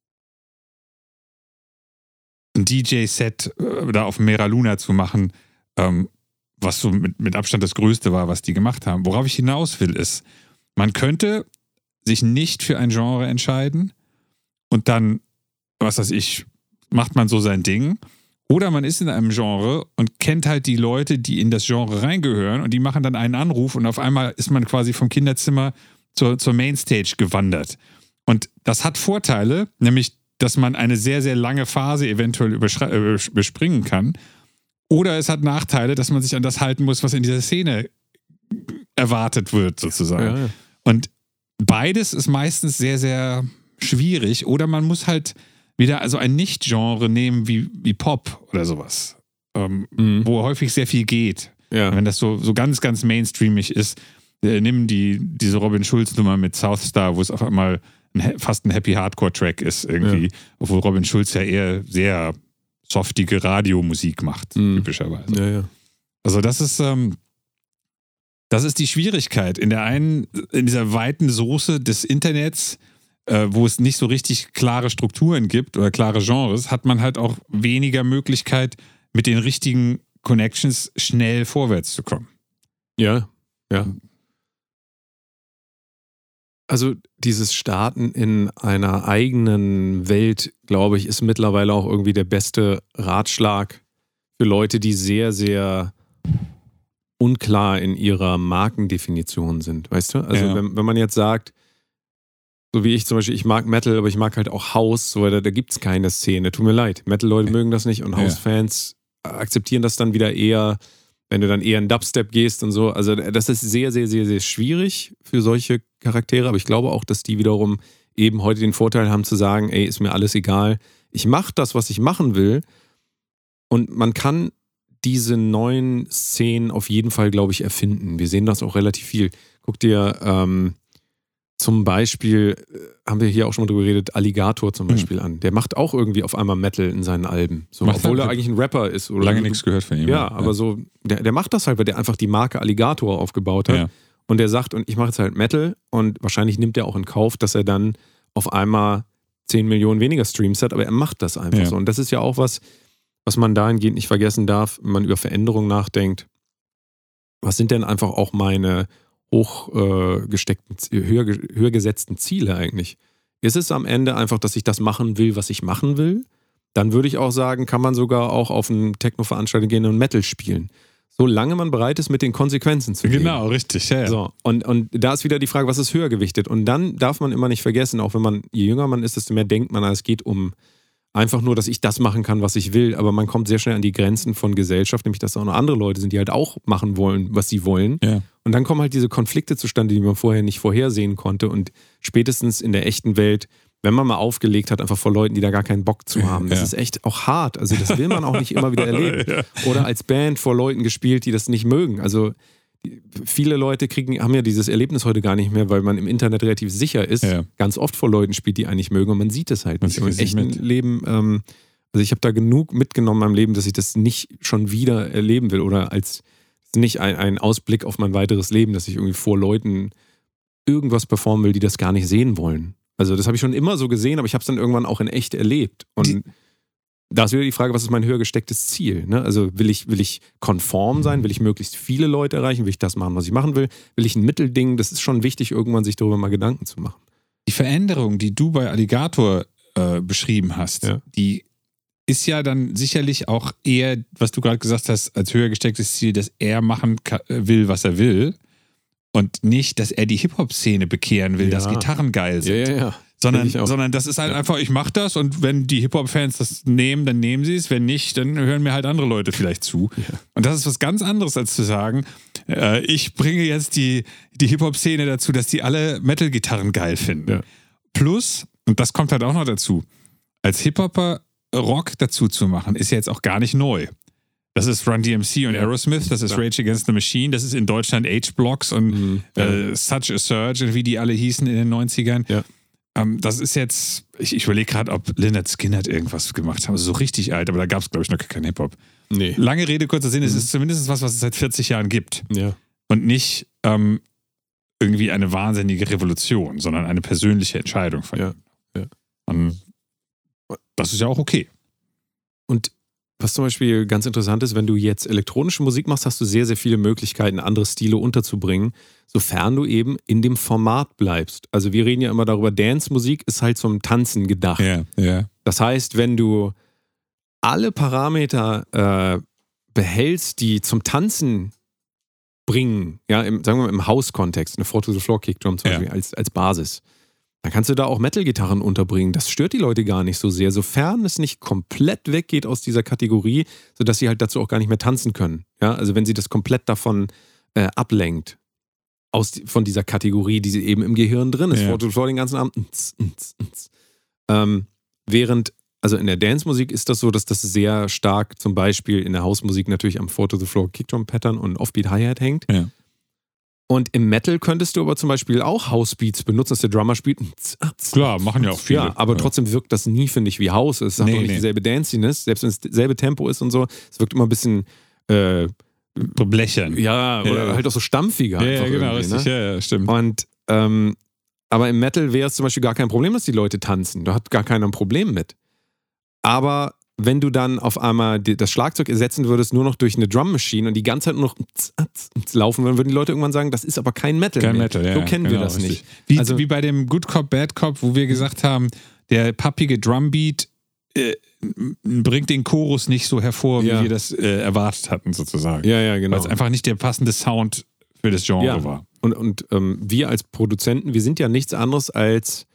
DJ-Set da auf Mera Luna zu machen, was so mit Abstand das Größte war, was die gemacht haben. Worauf ich hinaus will, ist, man könnte sich nicht für ein Genre entscheiden und dann, was weiß ich, macht man so sein Ding. Oder man ist in einem Genre und kennt halt die Leute, die in das Genre reingehören und die machen dann einen Anruf und auf einmal ist man quasi vom Kinderzimmer zur Mainstage gewandert. Und das hat Vorteile, nämlich, dass man eine sehr, sehr lange Phase eventuell überspringen kann. Oder es hat Nachteile, dass man sich an das halten muss, was in dieser Szene erwartet wird, sozusagen. Ja. Und beides ist meistens sehr, sehr schwierig. Oder man muss halt wieder also ein Nicht-Genre nehmen wie Pop oder sowas, wo häufig sehr viel geht. Ja. Wenn das so ganz, ganz mainstreamig ist, nimm diese Robin Schulz-Nummer mit Southstar, wo es auf einmal fast ein Happy-Hardcore-Track ist irgendwie, obwohl Robin Schulz ja eher sehr softige Radiomusik macht, typischerweise. Ja, ja. Also das ist die Schwierigkeit. In dieser weiten Soße des Internets, wo es nicht so richtig klare Strukturen gibt oder klare Genres, hat man halt auch weniger Möglichkeit, mit den richtigen Connections schnell vorwärts zu kommen. Ja, ja. Also dieses Starten in einer eigenen Welt, glaube ich, ist mittlerweile auch irgendwie der beste Ratschlag für Leute, die sehr, sehr unklar in ihrer Markendefinition sind, weißt du? Also wenn man jetzt sagt, so wie ich zum Beispiel, ich mag Metal, aber ich mag halt auch House, so, da gibt es keine Szene, tut mir leid. Metal-Leute mögen das nicht und House-Fans akzeptieren das dann wieder eher, wenn du dann eher in Dubstep gehst und so. Also das ist sehr, sehr, sehr, sehr schwierig für solche Charaktere, aber ich glaube auch, dass die wiederum eben heute den Vorteil haben zu sagen, ey, ist mir alles egal, ich mache das, was ich machen will und man kann diese neuen Szenen auf jeden Fall, glaube ich, erfinden. Wir sehen das auch relativ viel. Guck dir zum Beispiel, haben wir hier auch schon mal drüber geredet, Alligator zum Beispiel an. Der macht auch irgendwie auf einmal Metal in seinen Alben. So, obwohl er eigentlich ein Rapper ist. Oder lange nichts gehört von ihm. Ja, aber so, der macht das halt, weil der einfach die Marke Alligator aufgebaut hat. Ja. Und der sagt, und ich mache jetzt halt Metal und wahrscheinlich nimmt er auch in Kauf, dass er dann auf einmal 10 Millionen weniger Streams hat, aber er macht das einfach so. Und das ist ja auch was man dahingehend nicht vergessen darf, wenn man über Veränderungen nachdenkt. Was sind denn einfach auch meine höher gesetzten Ziele eigentlich Ist es am Ende einfach, dass ich das machen will, was ich machen will? Dann würde ich auch sagen, kann man sogar auch auf eine Techno-Veranstaltung gehen und Metal spielen. Solange man bereit ist, mit den Konsequenzen zu leben. Genau, richtig. Ja. So, und da ist wieder die Frage, was ist höher gewichtet? Und dann darf man immer nicht vergessen, auch wenn man, je jünger man ist, desto mehr denkt man, es geht um einfach nur, dass ich das machen kann, was ich will. Aber man kommt sehr schnell an die Grenzen von Gesellschaft, nämlich dass da auch noch andere Leute sind, die halt auch machen wollen, was sie wollen. Ja. Und dann kommen halt diese Konflikte zustande, die man vorher nicht vorhersehen konnte. Und spätestens in der echten Welt, wenn man mal aufgelegt hat, einfach vor Leuten, die da gar keinen Bock zu haben. Das ist echt auch hart. Also das will man auch nicht immer wieder erleben. Oder als Band vor Leuten gespielt, die das nicht mögen. Also viele Leute haben ja dieses Erlebnis heute gar nicht mehr, weil man im Internet relativ sicher ist. Ja. Ganz oft vor Leuten spielt, die einen nicht mögen und man sieht es halt nicht. Im echten Leben, also ich habe da genug mitgenommen in meinem Leben, dass ich das nicht schon wieder erleben will oder als nicht ein Ausblick auf mein weiteres Leben, dass ich irgendwie vor Leuten irgendwas performen will, die das gar nicht sehen wollen. Also das habe ich schon immer so gesehen, aber ich habe es dann irgendwann auch in echt erlebt. Und da ist wieder die Frage, was ist mein höher gestecktes Ziel? Ne? Also will ich konform sein? Will ich möglichst viele Leute erreichen? Will ich das machen, was ich machen will? Will ich ein Mittelding? Das ist schon wichtig, irgendwann sich darüber mal Gedanken zu machen. Die Veränderung, die du bei Alligator beschrieben hast, die ist ja dann sicherlich auch eher, was du gerade gesagt hast, als höher gestecktes Ziel, dass er machen will, was er will. Und nicht, dass er die Hip-Hop-Szene bekehren will, dass Gitarren geil sind. Ja. Sondern das ist halt einfach, ich mach das und wenn die Hip-Hop-Fans das nehmen, dann nehmen sie es. Wenn nicht, dann hören mir halt andere Leute vielleicht zu. Ja. Und das ist was ganz anderes, als zu sagen, ich bringe jetzt die Hip-Hop-Szene dazu, dass die alle Metal-Gitarren geil finden. Ja. Plus, und das kommt halt auch noch dazu, als Hip-Hopper Rock dazu zu machen, ist ja jetzt auch gar nicht neu. Das ist Run DMC und Aerosmith, das ist Rage Against the Machine, das ist in Deutschland H-Blocks und Such a Surge, wie die alle hießen in den 90ern. Ja. Das ist jetzt, ich überlege gerade, ob Lynyrd Skynyrd irgendwas gemacht haben, also so richtig alt, aber da gab es, glaube ich, noch keinen Hip-Hop. Nee. Lange Rede, kurzer Sinn, es ist zumindest was es seit 40 Jahren gibt. Ja. Und nicht irgendwie eine wahnsinnige Revolution, sondern eine persönliche Entscheidung von ihm. Ja. Und das ist ja auch okay. Und was zum Beispiel ganz interessant ist, wenn du jetzt elektronische Musik machst, hast du sehr, sehr viele Möglichkeiten, andere Stile unterzubringen, sofern du eben in dem Format bleibst. Also wir reden ja immer darüber, Dance-Musik ist halt zum Tanzen gedacht. Yeah. Das heißt, wenn du alle Parameter behältst, die zum Tanzen bringen, sagen wir mal im House-Kontext, eine 4-to-the-Floor-Kickdrum zum Beispiel als Basis, dann kannst du da auch Metal-Gitarren unterbringen. Das stört die Leute gar nicht so sehr, sofern es nicht komplett weggeht aus dieser Kategorie, sodass sie halt dazu auch gar nicht mehr tanzen können. Ja? Also wenn sie das komplett davon ablenkt, von dieser Kategorie, die sie eben im Gehirn drin ist, vor den ganzen Abend. Während, also in der Dance-Musik ist das so, dass das sehr stark zum Beispiel in der House-Musik natürlich am 4-to-the-Floor-Kickdrum-Pattern und Offbeat-Hi-Hat hängt. Ja. Und im Metal könntest du aber zum Beispiel auch House-Beats benutzen, dass der Drummer spielt. Klar, machen ja auch viele. Ja, aber trotzdem wirkt das nie, finde ich, wie House. Es hat doch nicht dieselbe Danciness, selbst wenn es dasselbe Tempo ist und so. Es wirkt immer ein bisschen blechern. Ja, oder halt auch so stampfiger. Ja, genau, richtig. Ne? Ja, stimmt. Und aber im Metal wäre es zum Beispiel gar kein Problem, dass die Leute tanzen. Da hat gar keiner ein Problem mit. Aber wenn du dann auf einmal das Schlagzeug ersetzen würdest, nur noch durch eine Drum Machine und die ganze Zeit nur noch laufen würden, würden die Leute irgendwann sagen, das ist aber kein Metal mehr. Metal, so kennen wir das richtig. nicht. Wie bei dem Good Cop, Bad Cop, wo wir gesagt haben, der pappige Drumbeat bringt den Chorus nicht so hervor, wie wir das erwartet hatten, sozusagen. Ja, genau. Weil es einfach nicht der passende Sound für das Genre war. Und wir als Produzenten, wir sind ja nichts anderes als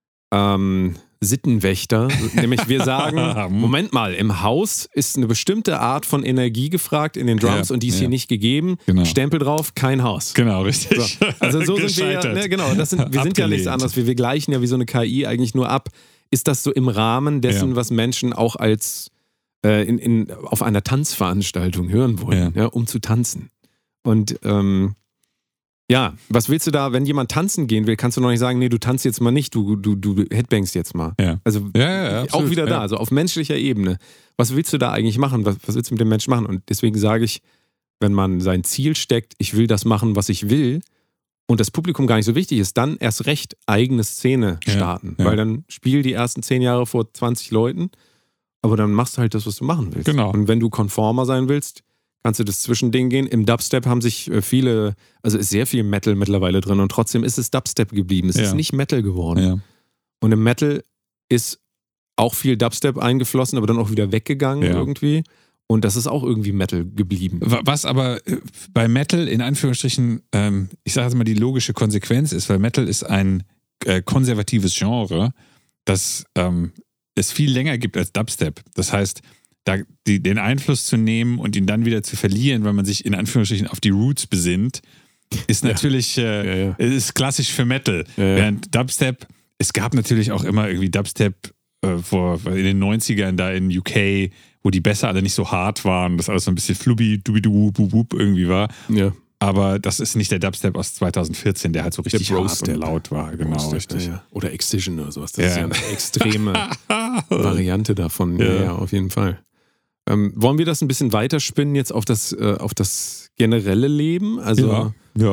Sittenwächter, nämlich wir sagen, Moment mal, im Haus ist eine bestimmte Art von Energie gefragt in den Drums und die ist hier nicht gegeben. Genau. Stempel drauf, kein Haus. Genau, richtig. So. Also so sind wir ja, genau, wir sind ja nichts anderes. Wir gleichen ja wie so eine KI eigentlich nur ab. Ist das so im Rahmen dessen, was Menschen auch als auf einer Tanzveranstaltung hören wollen, um zu tanzen? Und was willst du da, wenn jemand tanzen gehen will, kannst du noch nicht sagen, nee, du tanzt jetzt mal nicht, du headbangst jetzt mal. Ja. Also auch wieder da, also auf menschlicher Ebene. Was willst du da eigentlich machen? Was willst du mit dem Menschen machen? Und deswegen sage ich, wenn man sein Ziel steckt, ich will das machen, was ich will, und das Publikum gar nicht so wichtig ist, dann erst recht eigene Szene starten. Weil dann spiel die ersten 10 Jahre vor 20 Leuten, aber dann machst du halt das, was du machen willst. Genau. Und wenn du konformer sein willst, kannst du das Zwischending gehen. Im Dubstep haben sich ist sehr viel Metal mittlerweile drin und trotzdem ist es Dubstep geblieben. Es ist nicht Metal geworden. Ja. Und im Metal ist auch viel Dubstep eingeflossen, aber dann auch wieder weggegangen irgendwie. Und das ist auch irgendwie Metal geblieben. Was aber bei Metal in Anführungsstrichen, ich sage jetzt mal, die logische Konsequenz ist, weil Metal ist ein konservatives Genre, das es viel länger gibt als Dubstep. Das heißt, den Einfluss zu nehmen und ihn dann wieder zu verlieren, weil man sich in Anführungsstrichen auf die Roots besinnt, ist natürlich ist klassisch für Metal. Während Dubstep, es gab natürlich auch immer irgendwie Dubstep in den 90ern da in UK, wo die Bässe alle nicht so hart waren, das alles so ein bisschen flubbi, dubidu, bub irgendwie war. Ja. Aber das ist nicht der Dubstep aus 2014, der halt so richtig hart und laut war. Genau, richtig. Ja. Oder Excision oder sowas. Das ist ja eine extreme Variante davon. Ja, auf jeden Fall. Wollen wir das ein bisschen weiterspinnen jetzt auf das generelle Leben? Also,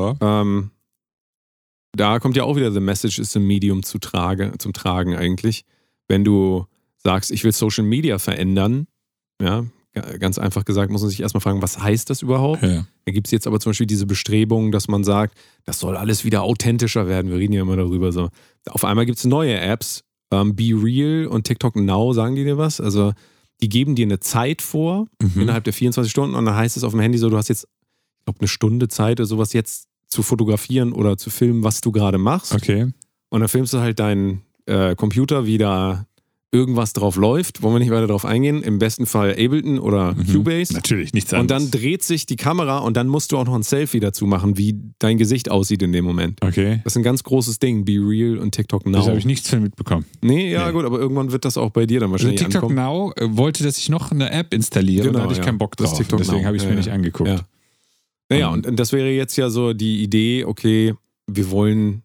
da kommt ja auch wieder The Message is a Medium zum Tragen eigentlich. Wenn du sagst, ich will Social Media verändern, ja, ganz einfach gesagt, muss man sich erstmal fragen, was heißt das überhaupt? Ja. Da gibt es jetzt aber zum Beispiel diese Bestrebungen, dass man sagt, das soll alles wieder authentischer werden. Wir reden ja immer darüber. So. Auf einmal gibt es neue Apps, Be Real und TikTok Now, sagen die dir was? Also die geben dir eine Zeit vor, innerhalb der 24 Stunden und dann heißt es auf dem Handy so, du hast jetzt, ich glaube, eine Stunde Zeit oder sowas jetzt zu fotografieren oder zu filmen, was du gerade machst. Okay. Und dann filmst du halt deinen Computer, wie da irgendwas drauf läuft, wollen wir nicht weiter drauf eingehen, im besten Fall Ableton oder Cubase. Natürlich, nichts anderes. Und dann dreht sich die Kamera und dann musst du auch noch ein Selfie dazu machen, wie dein Gesicht aussieht in dem Moment. Okay. Das ist ein ganz großes Ding, Be Real und TikTok Now. Das habe ich nichts von mitbekommen. Nee, gut, aber irgendwann wird das auch bei dir dann wahrscheinlich TikTok ankommen. Now wollte, dass ich noch eine App installiere, und da hatte ich keinen Bock drauf. Deswegen habe ich es mir nicht angeguckt. Ja. Naja, und das wäre jetzt ja so die Idee, okay, wir wollen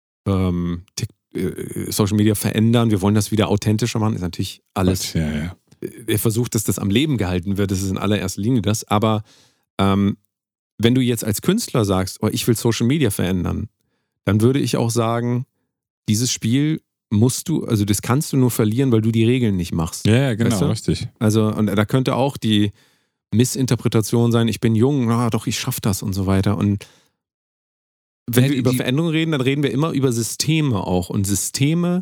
Social Media verändern, wir wollen das wieder authentischer machen, ist natürlich alles. Er versucht, dass das am Leben gehalten wird, das ist in allererster Linie das, aber wenn du jetzt als Künstler sagst, oh, ich will Social Media verändern, dann würde ich auch sagen, dieses Spiel das kannst du nur verlieren, weil du die Regeln nicht machst. Ja, genau, weißt du? Richtig. Also, und da könnte auch die Missinterpretation sein, ich bin jung, doch, ich schaff das und so weiter. Und wenn wir über Veränderungen reden, dann reden wir immer über Systeme auch. Und Systeme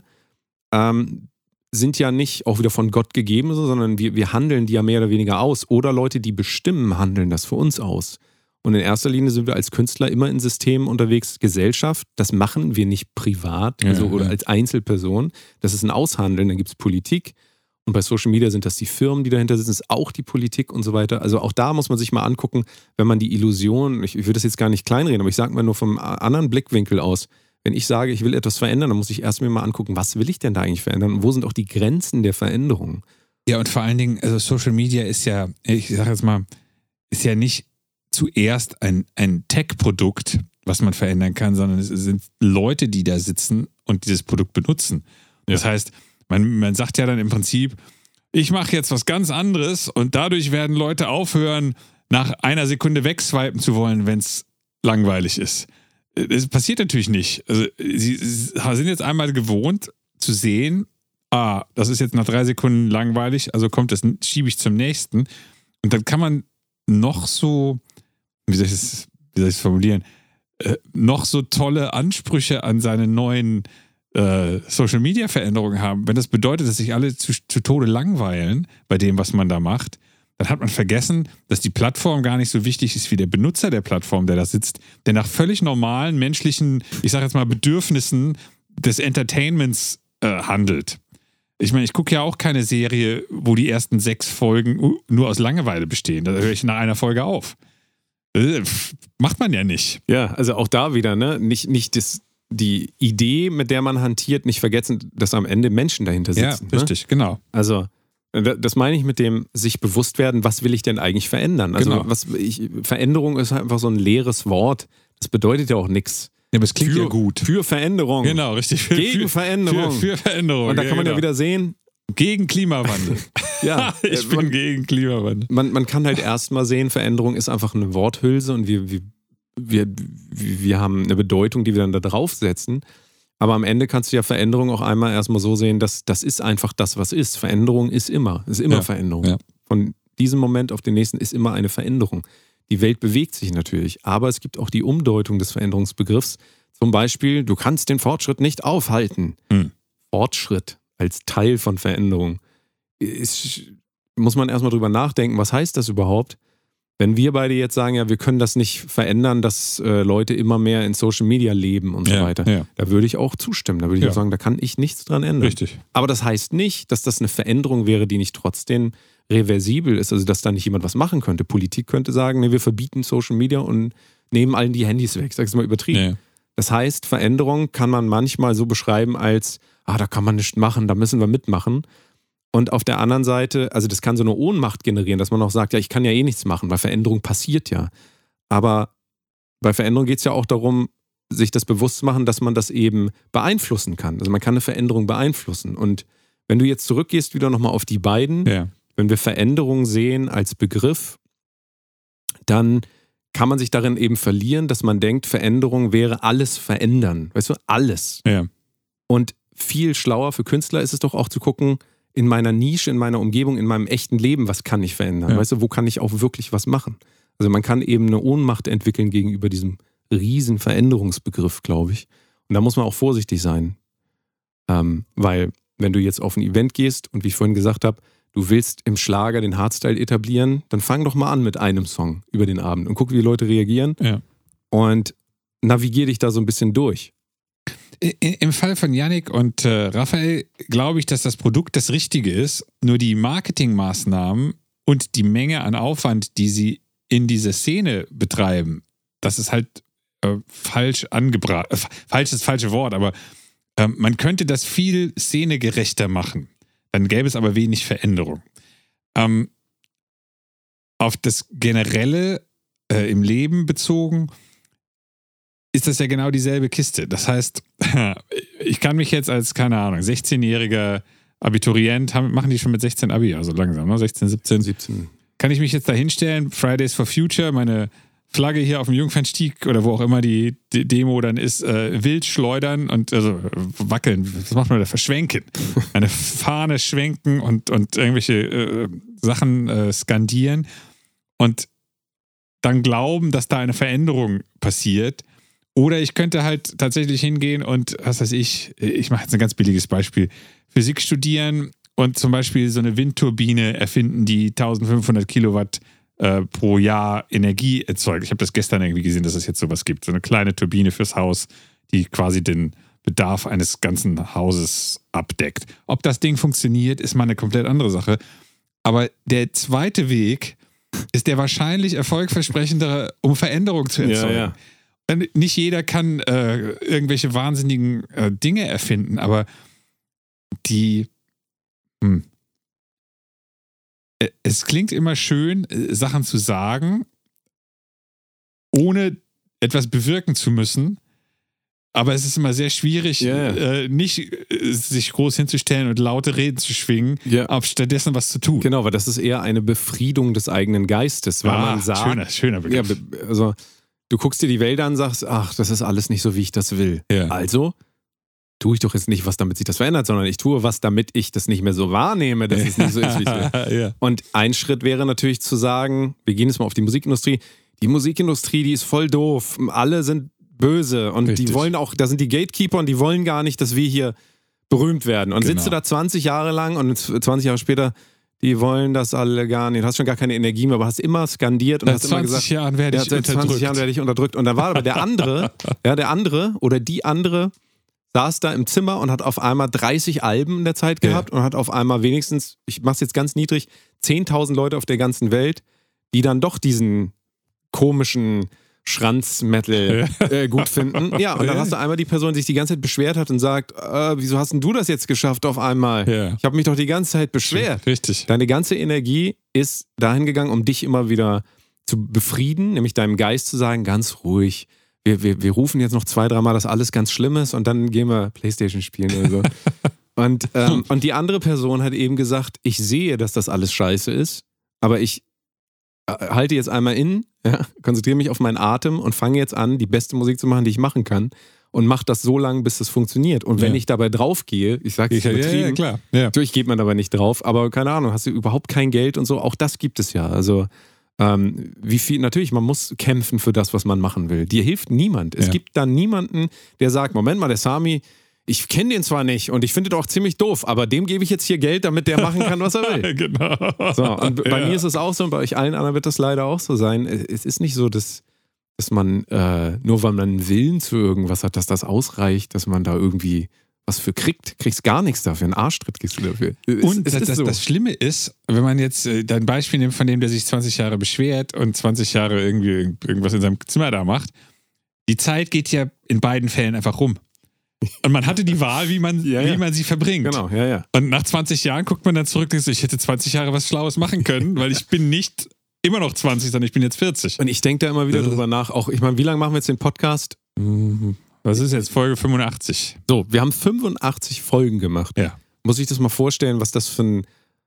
sind ja nicht auch wieder von Gott gegeben, sondern wir handeln die ja mehr oder weniger aus. Oder Leute, die bestimmen, handeln das für uns aus. Und in erster Linie sind wir als Künstler immer in Systemen unterwegs. Gesellschaft, das machen wir nicht privat oder als Einzelperson. Das ist ein Aushandeln, dann gibt es Politik. Und bei Social Media sind das die Firmen, die dahinter sitzen, ist auch die Politik und so weiter. Also auch da muss man sich mal angucken, wenn man die Illusion, ich will das jetzt gar nicht kleinreden, aber ich sage mal nur vom anderen Blickwinkel aus, wenn ich sage, ich will etwas verändern, dann muss ich erst mir mal angucken, was will ich denn da eigentlich verändern und wo sind auch die Grenzen der Veränderung? Ja, und vor allen Dingen, also Social Media ist ja, ich sage jetzt mal, ist ja nicht zuerst ein Tech-Produkt, was man verändern kann, sondern es sind Leute, die da sitzen und dieses Produkt benutzen. Das heißt, man sagt ja dann im Prinzip, ich mache jetzt was ganz anderes und dadurch werden Leute aufhören, nach einer Sekunde wegswipen zu wollen, wenn es langweilig ist. Das passiert natürlich nicht. Also, sie sind jetzt einmal gewohnt zu sehen, das ist jetzt nach 3 Sekunden langweilig, also schiebe ich zum nächsten. Und dann kann man noch so, wie soll ich es formulieren, noch so tolle Ansprüche an seine neuen Social-Media-Veränderungen haben. Wenn das bedeutet, dass sich alle zu Tode langweilen bei dem, was man da macht, dann hat man vergessen, dass die Plattform gar nicht so wichtig ist wie der Benutzer der Plattform, der da sitzt, der nach völlig normalen menschlichen, ich sage jetzt mal, Bedürfnissen des Entertainments handelt. Ich meine, ich gucke ja auch keine Serie, wo die ersten 6 Folgen nur aus Langeweile bestehen. Da höre ich nach einer Folge auf. Macht man ja nicht. Ja, also auch da wieder, ne? Nicht die Idee, mit der man hantiert, nicht vergessen, dass am Ende Menschen dahinter sitzen. Ja, richtig, genau. Also, das meine ich mit dem sich bewusst werden, was will ich denn eigentlich verändern? Also, Veränderung ist halt einfach so ein leeres Wort. Das bedeutet ja auch nichts. Ja, aber es klingt ja gut. Für Veränderung. Genau, richtig. Gegen Veränderung. Für Veränderung. Und da kann man ja wieder sehen. Gegen Klimawandel. Ja, ich bin gegen Klimawandel. Man kann halt erstmal sehen, Veränderung ist einfach eine Worthülse und wir haben eine Bedeutung, die wir dann da draufsetzen. Aber am Ende kannst du ja Veränderung auch einmal erstmal so sehen, dass das ist einfach das, was ist. Veränderung ist immer Veränderung. Ja. Von diesem Moment auf den nächsten ist immer eine Veränderung. Die Welt bewegt sich natürlich, aber es gibt auch die Umdeutung des Veränderungsbegriffs. Zum Beispiel, du kannst den Fortschritt nicht aufhalten. Fortschritt, als Teil von Veränderung, muss man erstmal drüber nachdenken, was heißt das überhaupt? Wenn wir beide jetzt sagen, ja, wir können das nicht verändern, dass Leute immer mehr in Social Media leben und so weiter, da würde ich auch zustimmen. Da würde ich auch sagen, da kann ich nichts dran ändern. Richtig. Aber das heißt nicht, dass das eine Veränderung wäre, die nicht trotzdem reversibel ist, also dass da nicht jemand was machen könnte. Politik könnte sagen, nee, wir verbieten Social Media und nehmen allen die Handys weg. Sag ich mal übertrieben. Ja. Das heißt, Veränderung kann man manchmal so beschreiben als, da kann man nichts machen, da müssen wir mitmachen. Und auf der anderen Seite, also das kann so eine Ohnmacht generieren, dass man auch sagt, ja, ich kann ja eh nichts machen, weil Veränderung passiert ja. Aber bei Veränderung geht es ja auch darum, sich das bewusst zu machen, dass man das eben beeinflussen kann. Also man kann eine Veränderung beeinflussen. Und wenn du jetzt zurückgehst, wieder nochmal auf die beiden, wenn wir Veränderung sehen als Begriff, dann kann man sich darin eben verlieren, dass man denkt, Veränderung wäre alles verändern. Weißt du, alles. Ja. Und viel schlauer für Künstler ist es doch auch zu gucken, in meiner Nische, in meiner Umgebung, in meinem echten Leben, was kann ich verändern? Ja. Weißt du, wo kann ich auch wirklich was machen? Also man kann eben eine Ohnmacht entwickeln gegenüber diesem riesen Veränderungsbegriff, glaube ich. Und da muss man auch vorsichtig sein. Weil wenn du jetzt auf ein Event gehst und wie ich vorhin gesagt habe, du willst im Schlager den Hardstyle etablieren, dann fang doch mal an mit einem Song über den Abend und guck, wie die Leute reagieren und navigier dich da so ein bisschen durch. Im Fall von Yannick und Raphael glaube ich, dass das Produkt das Richtige ist, nur die Marketingmaßnahmen und die Menge an Aufwand, die sie in dieser Szene betreiben, das ist halt falsch angebracht. Falsch ist das falsche Wort, aber man könnte das viel szenegerechter machen. Dann gäbe es aber wenig Veränderung. Auf das Generelle im Leben bezogen ist das ja genau dieselbe Kiste. Das heißt, ich kann mich jetzt als, keine Ahnung, 16-jähriger Abiturient, machen die schon mit 16 Abi, also langsam, ne? 16, 17. Kann ich mich jetzt da hinstellen, Fridays for Future, meine Flagge hier auf dem Jungfernstieg oder wo auch immer die Demo dann ist, wild schleudern und also wackeln, was macht man da? Verschwenken. Eine Fahne schwenken und irgendwelche Sachen skandieren und dann glauben, dass da eine Veränderung passiert. Oder ich könnte halt tatsächlich hingehen und, was weiß ich mache jetzt ein ganz billiges Beispiel, Physik studieren und zum Beispiel so eine Windturbine erfinden, die 1500 Kilowatt pro Jahr Energie erzeugt. Ich habe das gestern irgendwie gesehen, dass es jetzt sowas gibt. So eine kleine Turbine fürs Haus, die quasi den Bedarf eines ganzen Hauses abdeckt. Ob das Ding funktioniert, ist mal eine komplett andere Sache. Aber der zweite Weg ist der wahrscheinlich erfolgversprechendere, um Veränderung zu erzeugen. Ja. Nicht jeder kann irgendwelche wahnsinnigen Dinge erfinden, aber es klingt immer schön, Sachen zu sagen, ohne etwas bewirken zu müssen. Aber es ist immer sehr schwierig, nicht sich groß hinzustellen und laute Reden zu schwingen, aber stattdessen was zu tun. Genau, weil das ist eher eine Befriedung des eigenen Geistes, weil man sagt, schöner Begriff. Ja, also du guckst dir die Welt an und sagst, ach, das ist alles nicht so, wie ich das will. Ja. Also tue ich doch jetzt nicht was, damit sich das verändert, sondern ich tue was, damit ich das nicht mehr so wahrnehme, dass es nicht so ist, wie ich will. Ja. Und ein Schritt wäre natürlich zu sagen, wir gehen jetzt mal auf die Musikindustrie. Die Musikindustrie, die ist voll doof. Alle sind böse und Richtig. Die wollen auch, da sind die Gatekeeper und die wollen gar nicht, dass wir hier berühmt werden. Und sitzt du da 20 Jahre lang und 20 Jahre später, die wollen das alle gar nicht. Du hast schon gar keine Energie mehr, aber hast immer skandiert und hast immer gesagt, seit 20 Jahren werde ich unterdrückt. Und dann war aber der andere oder die andere saß da im Zimmer und hat auf einmal 30 Alben in der Zeit gehabt und hat auf einmal wenigstens, ich mach's jetzt ganz niedrig, 10.000 Leute auf der ganzen Welt, die dann doch diesen komischen Schranz-Metal gut finden. Ja, und dann hast du einmal die Person, die sich die ganze Zeit beschwert hat und sagt, wieso hast denn du das jetzt geschafft auf einmal? Ja. Ich habe mich doch die ganze Zeit beschwert. Richtig. Deine ganze Energie ist dahin gegangen, um dich immer wieder zu befrieden, nämlich deinem Geist zu sagen, ganz ruhig, wir rufen jetzt noch 2-3 Mal, dass alles ganz schlimm ist und dann gehen wir Playstation spielen oder so. Und die andere Person hat eben gesagt, ich sehe, dass das alles scheiße ist, aber ich halte jetzt einmal konzentriere mich auf meinen Atem und fange jetzt an, die beste Musik zu machen, die ich machen kann und mache das so lange, bis das funktioniert. Und wenn ich dabei draufgehe, ich sage es übertrieben, klar. Natürlich geht man dabei nicht drauf, aber keine Ahnung, hast du überhaupt kein Geld und so, auch das gibt es ja. Also wie viel, natürlich, man muss kämpfen für das, was man machen will. Dir hilft niemand. Es gibt da niemanden, der sagt, Moment mal, der Sami, ich kenne den zwar nicht und ich finde den auch ziemlich doof, aber dem gebe ich jetzt hier Geld, damit der machen kann, was er will. Genau. So, und bei mir ist es auch so und bei euch allen anderen wird das leider auch so sein. Es ist nicht so, dass man, nur weil man einen Willen zu irgendwas hat, dass das ausreicht, dass man da irgendwie was für kriegst gar nichts dafür. Einen Arschtritt kriegst du dafür. Und das Schlimme ist, wenn man jetzt dein Beispiel nimmt von dem, der sich 20 Jahre beschwert und 20 Jahre irgendwie irgendwas in seinem Zimmer da macht, die Zeit geht ja in beiden Fällen einfach rum. Und man hatte die Wahl, wie man sie verbringt. Genau, ja. Und nach 20 Jahren guckt man dann zurück und denkt so, ich hätte 20 Jahre was Schlaues machen können, weil ich bin nicht immer noch 20, sondern ich bin jetzt 40. Und ich denke da immer wieder drüber nach, auch, ich meine, wie lange machen wir jetzt den Podcast? Was ist jetzt Folge 85? So, wir haben 85 Folgen gemacht. Ja. Muss ich das mal vorstellen, was das für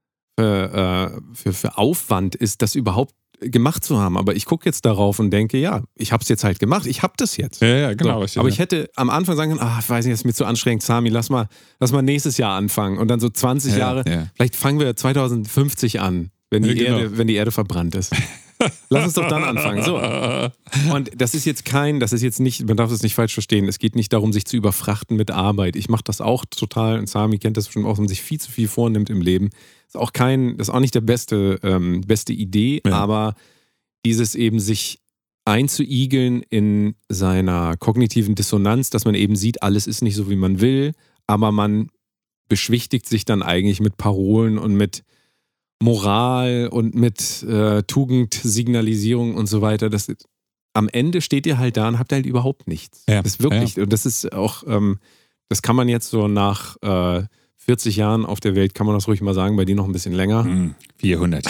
Aufwand ist, das überhaupt gemacht zu haben. Aber ich gucke jetzt darauf und denke, ja, ich habe es jetzt halt gemacht, ich habe das jetzt. Ja, genau. So, aber ich hätte am Anfang sagen können, ich weiß nicht, das ist mir zu anstrengend, Sami, lass mal nächstes Jahr anfangen. Und dann so 20 Jahre, vielleicht fangen wir 2050 an, wenn die Erde verbrannt ist. Lass uns doch dann anfangen. So. Und das ist jetzt nicht, man darf es nicht falsch verstehen, es geht nicht darum, sich zu überfrachten mit Arbeit. Ich mache das auch total und Sami kennt das bestimmt auch, wenn man sich viel zu viel vornimmt im Leben. Das ist auch nicht der beste Idee, aber dieses eben sich einzuigeln in seiner kognitiven Dissonanz, dass man eben sieht, alles ist nicht so, wie man will, aber man beschwichtigt sich dann eigentlich mit Parolen und mit Moral und mit Tugendsignalisierung und so weiter. Am Ende steht ihr halt da und habt halt überhaupt nichts. Ja. Das ist wirklich, und das ist auch, das kann man jetzt so nach 40 Jahren auf der Welt, kann man das ruhig mal sagen, bei dir noch ein bisschen länger. 400.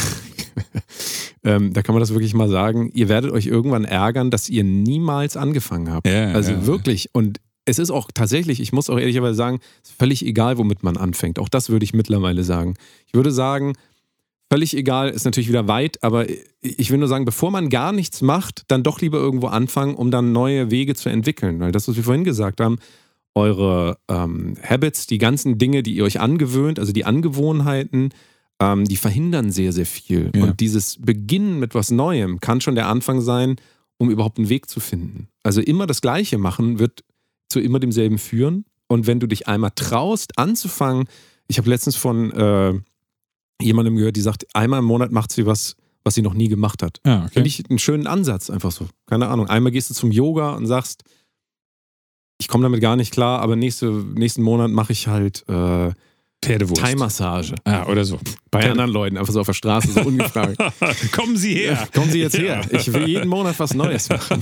Da kann man das wirklich mal sagen. Ihr werdet euch irgendwann ärgern, dass ihr niemals angefangen habt. Ja, also wirklich. Und es ist auch tatsächlich, ich muss auch ehrlicherweise sagen, es ist völlig egal, womit man anfängt. Auch das würde ich mittlerweile sagen. Ich würde sagen, völlig egal, ist natürlich wieder weit, aber ich will nur sagen, bevor man gar nichts macht, dann doch lieber irgendwo anfangen, um dann neue Wege zu entwickeln. Weil das, was wir vorhin gesagt haben, eure Habits, die ganzen Dinge, die ihr euch angewöhnt, also die Angewohnheiten, die verhindern sehr, sehr viel. Ja. Und dieses Beginnen mit was Neuem kann schon der Anfang sein, um überhaupt einen Weg zu finden. Also immer das Gleiche machen wird zu immer demselben führen. Und wenn du dich einmal traust, anzufangen, ich habe letztens von jemandem gehört, die sagt, einmal im Monat macht sie was sie noch nie gemacht hat. Ja, okay. Finde ich einen schönen Ansatz, einfach so. Keine Ahnung. Einmal gehst du zum Yoga und sagst, ich komme damit gar nicht klar, aber nächsten Monat mache ich halt Pferdewurst. Thai-Massage. Ja, oder so. Bei anderen Leuten, einfach so auf der Straße, so ungefragt. Kommen Sie her. Kommen Sie jetzt her. Ich will jeden Monat was Neues machen.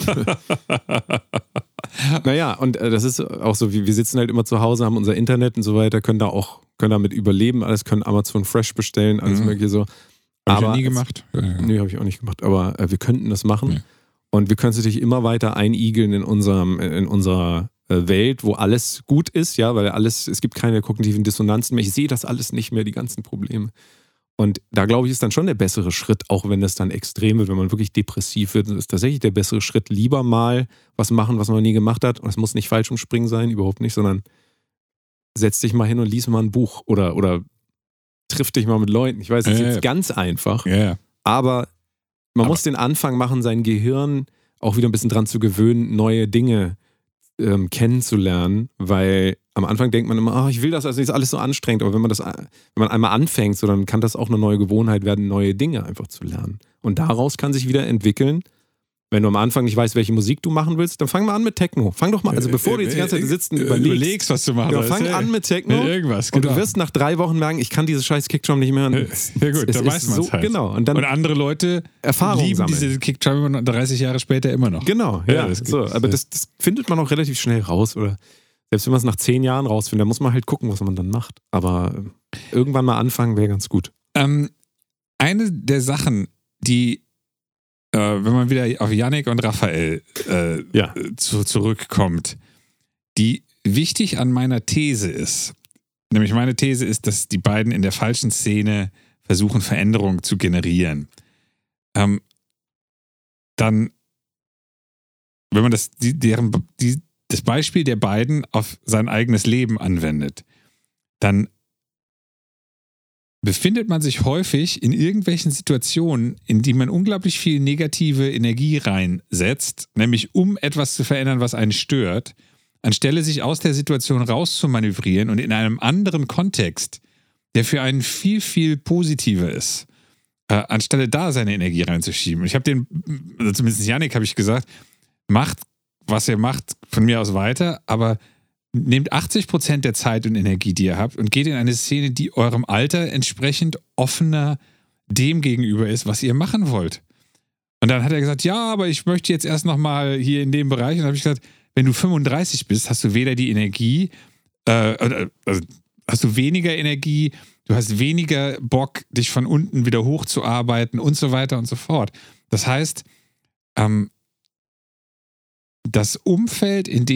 Naja, und das ist auch so, wir sitzen halt immer zu Hause, haben unser Internet und so weiter, können damit überleben, alles, können Amazon Fresh bestellen, alles mögliche so. Habe ich ja nie gemacht. Nee, habe ich auch nicht gemacht, aber wir könnten das machen. Ja. Und wir können es natürlich immer weiter einigeln in unserer Welt, wo alles gut ist, ja, weil es gibt keine kognitiven Dissonanzen mehr. Ich sehe das alles nicht mehr, die ganzen Probleme. Und da glaube ich, ist dann schon der bessere Schritt, auch wenn das dann extrem wird, wenn man wirklich depressiv wird, ist tatsächlich der bessere Schritt, lieber mal was machen, was man nie gemacht hat. Und es muss nicht falsch umspringen sein, überhaupt nicht, sondern setz dich mal hin und lies mal ein Buch oder triff dich mal mit Leuten. Ich weiß, das ist jetzt ganz einfach, aber man muss den Anfang machen, sein Gehirn auch wieder ein bisschen dran zu gewöhnen, neue Dinge kennenzulernen, weil am Anfang denkt man immer, ich will das, also ist alles so anstrengend, aber wenn man einmal anfängt, so, dann kann das auch eine neue Gewohnheit werden, neue Dinge einfach zu lernen. Und daraus kann sich wieder entwickeln, wenn du am Anfang nicht weißt, welche Musik du machen willst, dann fang mal an mit Techno. Fang doch mal, also bevor du jetzt die ganze Zeit sitzt und überlegst, was du machen willst. Fang an mit Techno irgendwas, und du wirst nach 3 Wochen merken, ich kann dieses scheiß Kickdrum nicht mehr. Ja gut, dann weiß man es halt. Genau. Und andere Leute lieben diese Kickdrum 30 Jahre später immer noch. Genau, ja. Aber das findet man auch relativ schnell raus. Oder selbst wenn man es nach 10 Jahren rausfindet, dann muss man halt gucken, was man dann macht. Aber irgendwann mal anfangen wäre ganz gut. Eine der Sachen, die wenn man wieder auf Yannick und Raphael zurückkommt, die wichtig an meiner These ist. Nämlich meine These ist, dass die beiden in der falschen Szene versuchen, Veränderung zu generieren. Dann, wenn man das Beispiel der beiden auf sein eigenes Leben anwendet, dann befindet man sich häufig in irgendwelchen Situationen, in die man unglaublich viel negative Energie reinsetzt, nämlich um etwas zu verändern, was einen stört, anstelle sich aus der Situation rauszumanövrieren und in einem anderen Kontext, der für einen viel, viel positiver ist, anstelle da seine Energie reinzuschieben. Ich habe also zumindest Yannick habe ich gesagt, macht, was ihr macht, von mir aus weiter, aber nehmt 80% der Zeit und Energie, die ihr habt, und geht in eine Szene, die eurem Alter entsprechend offener dem gegenüber ist, was ihr machen wollt. Und dann hat er gesagt, ja, aber ich möchte jetzt erst nochmal hier in dem Bereich. Und dann habe ich gesagt, wenn du 35 bist, hast du weder die Energie, also hast du weniger Energie, du hast weniger Bock, dich von unten wieder hochzuarbeiten und so weiter und so fort. Das heißt, das Umfeld, in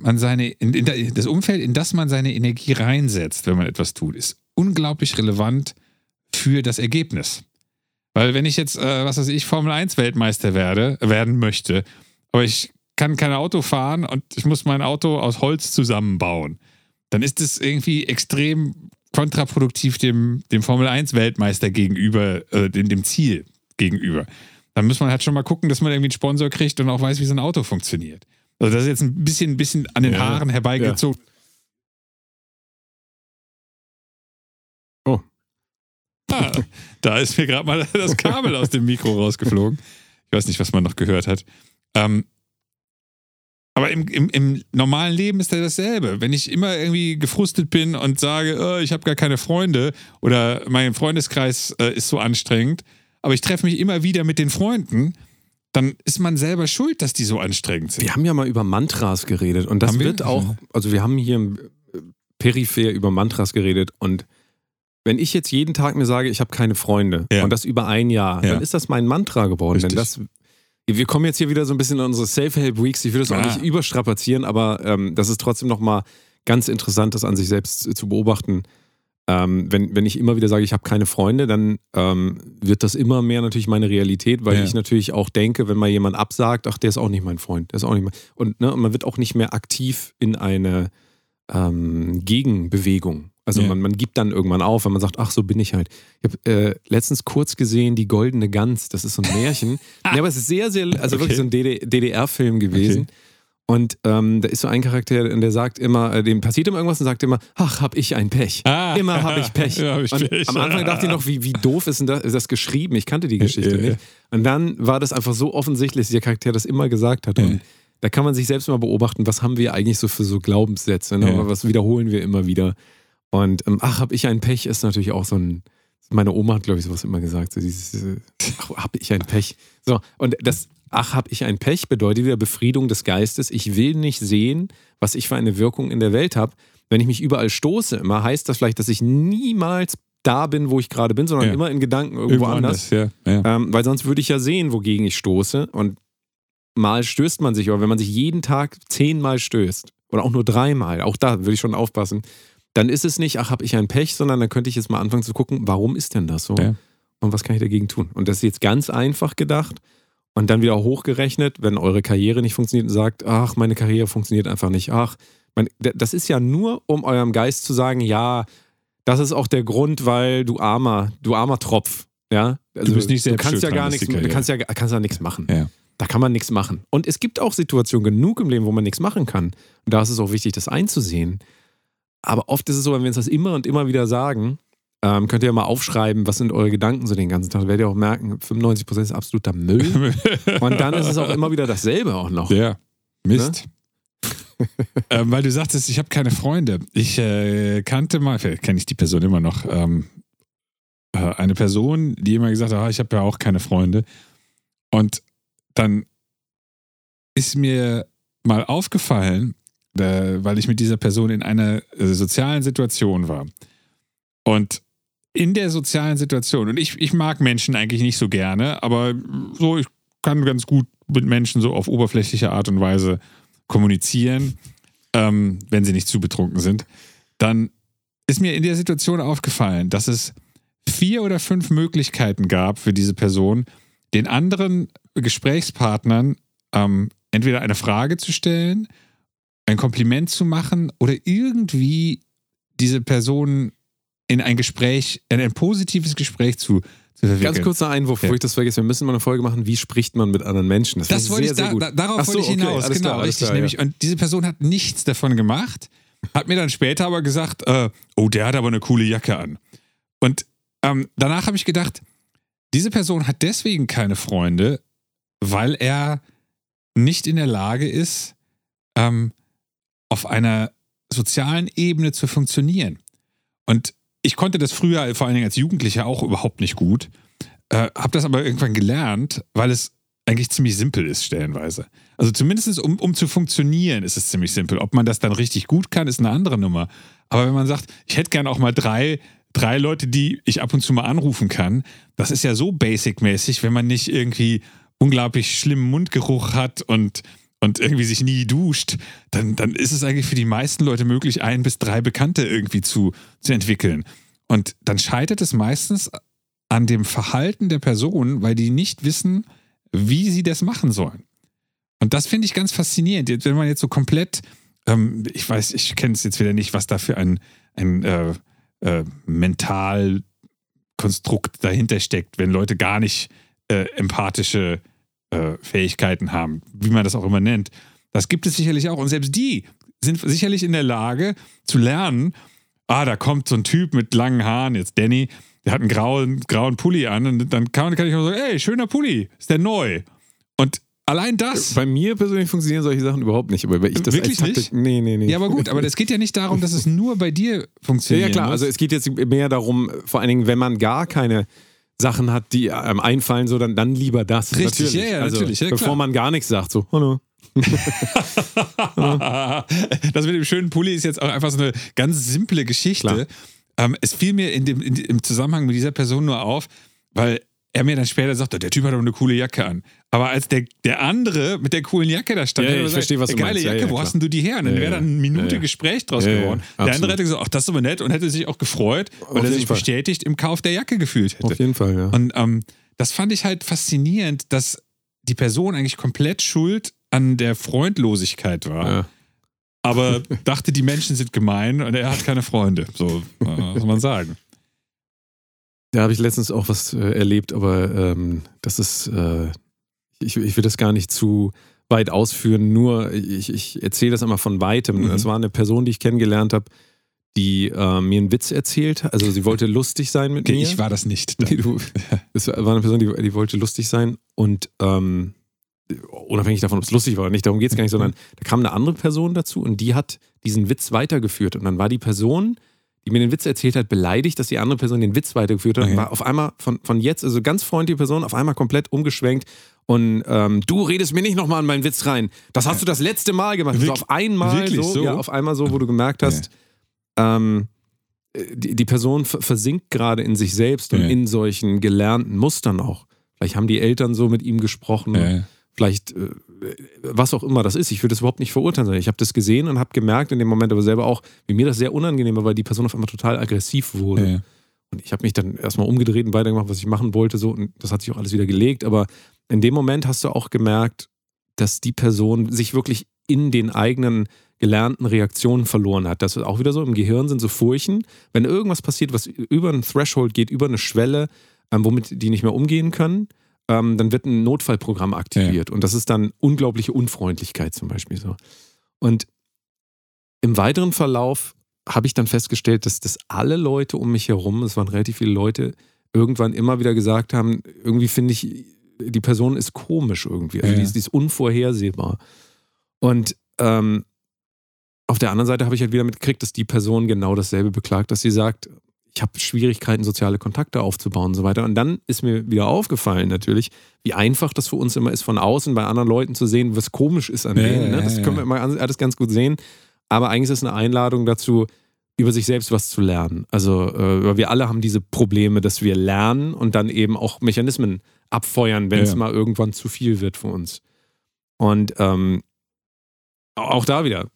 das man seine Energie reinsetzt, wenn man etwas tut, ist unglaublich relevant für das Ergebnis. Weil wenn ich jetzt, Formel-1-Weltmeister werden möchte, aber ich kann kein Auto fahren und ich muss mein Auto aus Holz zusammenbauen, dann ist es irgendwie extrem kontraproduktiv dem Formel-1-Weltmeister gegenüber, dem Ziel gegenüber. Dann muss man halt schon mal gucken, dass man irgendwie einen Sponsor kriegt und auch weiß, wie so ein Auto funktioniert. Also das ist jetzt ein bisschen an den Haaren herbeigezogen. Ja. Oh. Da ist mir gerade mal das Kabel aus dem Mikro rausgeflogen. Ich weiß nicht, was man noch gehört hat. Aber im normalen Leben ist das dasselbe. Wenn ich immer irgendwie gefrustet bin und sage, ich habe gar keine Freunde oder mein Freundeskreis ist so anstrengend, aber ich treffe mich immer wieder mit den Freunden, dann ist man selber schuld, dass die so anstrengend sind. Wir haben ja mal über Mantras geredet und das wird auch, also wir haben hier peripher über Mantras geredet und wenn ich jetzt jeden Tag mir sage, ich habe keine Freunde und das über ein Jahr, dann ist das mein Mantra geworden. Denn wir kommen jetzt hier wieder so ein bisschen in unsere Self-Help-Weeks, ich will das auch nicht überstrapazieren, aber das ist trotzdem nochmal ganz interessant, das an sich selbst zu beobachten. Wenn ich immer wieder sage, ich habe keine Freunde, dann wird das immer mehr natürlich meine Realität, weil ich natürlich auch denke, wenn mal jemand absagt, ach, der ist auch nicht mein Freund, der ist auch nicht mein... Und man wird auch nicht mehr aktiv in eine Gegenbewegung. Also man gibt dann irgendwann auf, wenn man sagt, ach, so bin ich halt. Ich habe letztens kurz gesehen, Die Goldene Gans, das ist so ein Märchen. Ja, aber es ist sehr, sehr, also wirklich so ein DDR-Film gewesen. Okay. Und da ist so ein Charakter, der sagt immer, dem passiert immer irgendwas und sagt immer, ach, hab ich ein Pech. Immer habe ich Pech. Ja, am Anfang dachte ich noch, wie doof ist denn das geschrieben? Ich kannte die Geschichte nicht. Und dann war das einfach so offensichtlich, dass der Charakter das immer gesagt hat. Und da kann man sich selbst mal beobachten, was haben wir eigentlich so für so Glaubenssätze, ne? Was wiederholen wir immer wieder. Und ach, hab ich ein Pech ist natürlich auch so ein, meine Oma hat, glaube ich, sowas immer gesagt, so dieses, ach, hab ich ein Pech. So, und das ach, hab ich ein Pech bedeutet wieder Befriedung des Geistes. Ich will nicht sehen, was ich für eine Wirkung in der Welt habe. Wenn ich mich überall stoße, immer heißt das vielleicht, dass ich niemals da bin, wo ich gerade bin, sondern immer in Gedanken irgendwo anders. Weil sonst würde ich ja sehen, wogegen ich stoße. Und mal stößt man sich, aber wenn man sich jeden Tag 10-mal stößt oder auch nur 3-mal, auch da würde ich schon aufpassen, dann ist es nicht, ach, hab ich ein Pech, sondern dann könnte ich jetzt mal anfangen zu gucken, warum ist denn das so? Ja. Und was kann ich dagegen tun? Und das ist jetzt ganz einfach gedacht und dann wieder hochgerechnet, wenn eure Karriere nicht funktioniert und sagt, ach, meine Karriere funktioniert einfach nicht. Ach, das ist ja nur, um eurem Geist zu sagen, ja, das ist auch der Grund, weil du armer Tropf. Ja? Also, du bist nicht selbst du kannst schuld, ja gar nichts, kannst ja nichts machen. Ja. Da kann man nichts machen. Und es gibt auch Situationen genug im Leben, wo man nichts machen kann. Und da ist es auch wichtig, das einzusehen. Aber oft ist es so, wenn wir uns das immer und immer wieder sagen, könnt ihr ja mal aufschreiben, was sind eure Gedanken so den ganzen Tag. Da werdet ihr auch merken, 95% ist absoluter Müll. Und dann ist es auch immer wieder dasselbe auch noch. Ja, Mist. Ne? Weil du sagtest, ich habe keine Freunde. Ich kannte mal, vielleicht kenne ich die Person immer noch, eine Person, die immer gesagt hat, ich habe ja auch keine Freunde. Und dann ist mir mal aufgefallen, weil ich mit dieser Person in einer sozialen Situation war. Und in der sozialen Situation, und ich mag Menschen eigentlich nicht so gerne, aber so, ich kann ganz gut mit Menschen so auf oberflächliche Art und Weise kommunizieren, wenn sie nicht zu betrunken sind, dann ist mir in der Situation aufgefallen, dass es 4 oder 5 Möglichkeiten gab für diese Person, den anderen Gesprächspartnern entweder eine Frage zu stellen, ein Kompliment zu machen oder irgendwie diese Person in ein Gespräch, in ein positives Gespräch zu zu verwickeln. Ganz kurzer Einwurf, bevor ich das vergesse. Wir müssen mal eine Folge machen, wie spricht man mit anderen Menschen. Das wollte sehr, ich, sehr gut. darauf wollte ich hinaus. Alles Genau, klar, alles richtig. klar, Nämlich, und diese Person hat nichts davon gemacht, hat mir dann später aber gesagt, oh, der hat aber eine coole Jacke an. Und danach habe ich gedacht, diese Person hat deswegen keine Freunde, weil er nicht in der Lage ist, auf einer sozialen Ebene zu funktionieren. Und ich konnte das früher, vor allen Dingen als Jugendlicher, auch überhaupt nicht gut. Habe das aber irgendwann gelernt, weil es eigentlich ziemlich simpel ist, stellenweise. Also zumindest um zu funktionieren, ist es ziemlich simpel. Ob man das dann richtig gut kann, ist eine andere Nummer. Aber wenn man sagt, ich hätte gerne auch mal drei Leute, die ich ab und zu mal anrufen kann, das ist ja so basic-mäßig, wenn man nicht irgendwie unglaublich schlimmen Mundgeruch hat und irgendwie sich nie duscht, dann ist es eigentlich für die meisten Leute möglich, 1 bis 3 Bekannte irgendwie zu entwickeln. Und dann scheitert es meistens an dem Verhalten der Person, weil die nicht wissen, wie sie das machen sollen. Und das finde ich ganz faszinierend. Wenn man jetzt so komplett, ich kenne es jetzt wieder nicht, was da für ein Mentalkonstrukt dahinter steckt, wenn Leute gar nicht empathische Fähigkeiten haben, wie man das auch immer nennt. Das gibt es sicherlich auch. Und selbst die sind sicherlich in der Lage zu lernen, da kommt so ein Typ mit langen Haaren, jetzt Danny, der hat einen grauen Pulli an und dann kann ich auch sagen, ey, schöner Pulli, ist der neu? Und allein das... Bei mir persönlich funktionieren solche Sachen überhaupt nicht. Aber ich das wirklich nicht? Nee. Ja, aber gut, aber es geht ja nicht darum, dass es nur bei dir funktioniert. Ja, klar, also es geht jetzt mehr darum, vor allen Dingen, wenn man gar keine Sachen hat, die einem einfallen, so dann lieber das. Richtig, natürlich. natürlich. Ja, bevor man gar nichts sagt, so, hallo. Das mit dem schönen Pulli ist jetzt auch einfach so eine ganz simple Geschichte. Es fiel mir im Zusammenhang mit dieser Person nur auf, weil er mir dann später sagte, der Typ hat doch eine coole Jacke an. Aber als der andere mit der coolen Jacke da stand, ich verstehe, was du geile meinst. Jacke, wo hast denn du die her? Und dann wäre dann eine Minute Gespräch draus geworden. Der andere hätte gesagt, ach, das ist aber nett und hätte sich auch gefreut, weil er sich bestätigt im Kauf der Jacke gefühlt hätte. Auf jeden Fall, ja. Und das fand ich halt faszinierend, dass die Person eigentlich komplett schuld an der Freundlosigkeit war. Ja. Aber dachte, die Menschen sind gemein und er hat keine Freunde. So muss man sagen. Da habe ich letztens auch was erlebt, aber das ist, ich will das gar nicht zu weit ausführen, nur ich erzähle das immer von weitem. Es war eine Person, die ich kennengelernt habe, die mir einen Witz erzählt hat. Also sie wollte lustig sein mit mir. Ich war das nicht. Das war eine Person, die wollte lustig sein und unabhängig davon, ob es lustig war oder nicht, darum geht es gar nicht, sondern da kam eine andere Person dazu und die hat diesen Witz weitergeführt und dann war die Person, die mir den Witz erzählt hat, beleidigt, dass die andere Person den Witz weitergeführt hat. Okay. Und war auf einmal von jetzt, also ganz freundliche Person, auf einmal komplett umgeschwenkt. Und du redest mir nicht nochmal an meinen Witz rein. Das hast du das letzte Mal gemacht. So auf einmal so? Ja, auf einmal so, wo du gemerkt hast, die Person versinkt gerade in sich selbst und in solchen gelernten Mustern auch. Vielleicht haben die Eltern so mit ihm gesprochen. Vielleicht, was auch immer das ist. Ich würde das überhaupt nicht verurteilen. Ich habe das gesehen und habe gemerkt in dem Moment aber selber auch, wie mir das sehr unangenehm war, weil die Person auf einmal total aggressiv wurde. Ja. Und ich habe mich dann erstmal umgedreht und weitergemacht, was ich machen wollte. So, und das hat sich auch alles wieder gelegt. Aber in dem Moment hast du auch gemerkt, dass die Person sich wirklich in den eigenen gelernten Reaktionen verloren hat. Das ist auch wieder so, im Gehirn sind so Furchen. Wenn irgendwas passiert, was über ein Threshold geht, über eine Schwelle, womit die nicht mehr umgehen können, dann wird ein Notfallprogramm aktiviert. Und das ist dann unglaubliche Unfreundlichkeit zum Beispiel so. Und im weiteren Verlauf habe ich dann festgestellt, dass alle Leute um mich herum, es waren relativ viele Leute, irgendwann immer wieder gesagt haben, irgendwie finde ich, die Person ist komisch irgendwie. Also die ist unvorhersehbar. Und auf der anderen Seite habe ich halt wieder mitgekriegt, dass die Person genau dasselbe beklagt, dass sie sagt, ich habe Schwierigkeiten, soziale Kontakte aufzubauen und so weiter. Und dann ist mir wieder aufgefallen natürlich, wie einfach das für uns immer ist, von außen bei anderen Leuten zu sehen, was komisch ist an denen. Ne? Das können wir immer alles ganz gut sehen. Aber eigentlich ist es eine Einladung dazu, über sich selbst was zu lernen. Also wir alle haben diese Probleme, dass wir lernen und dann eben auch Mechanismen abfeuern, wenn es mal irgendwann zu viel wird für uns. Und auch da wieder,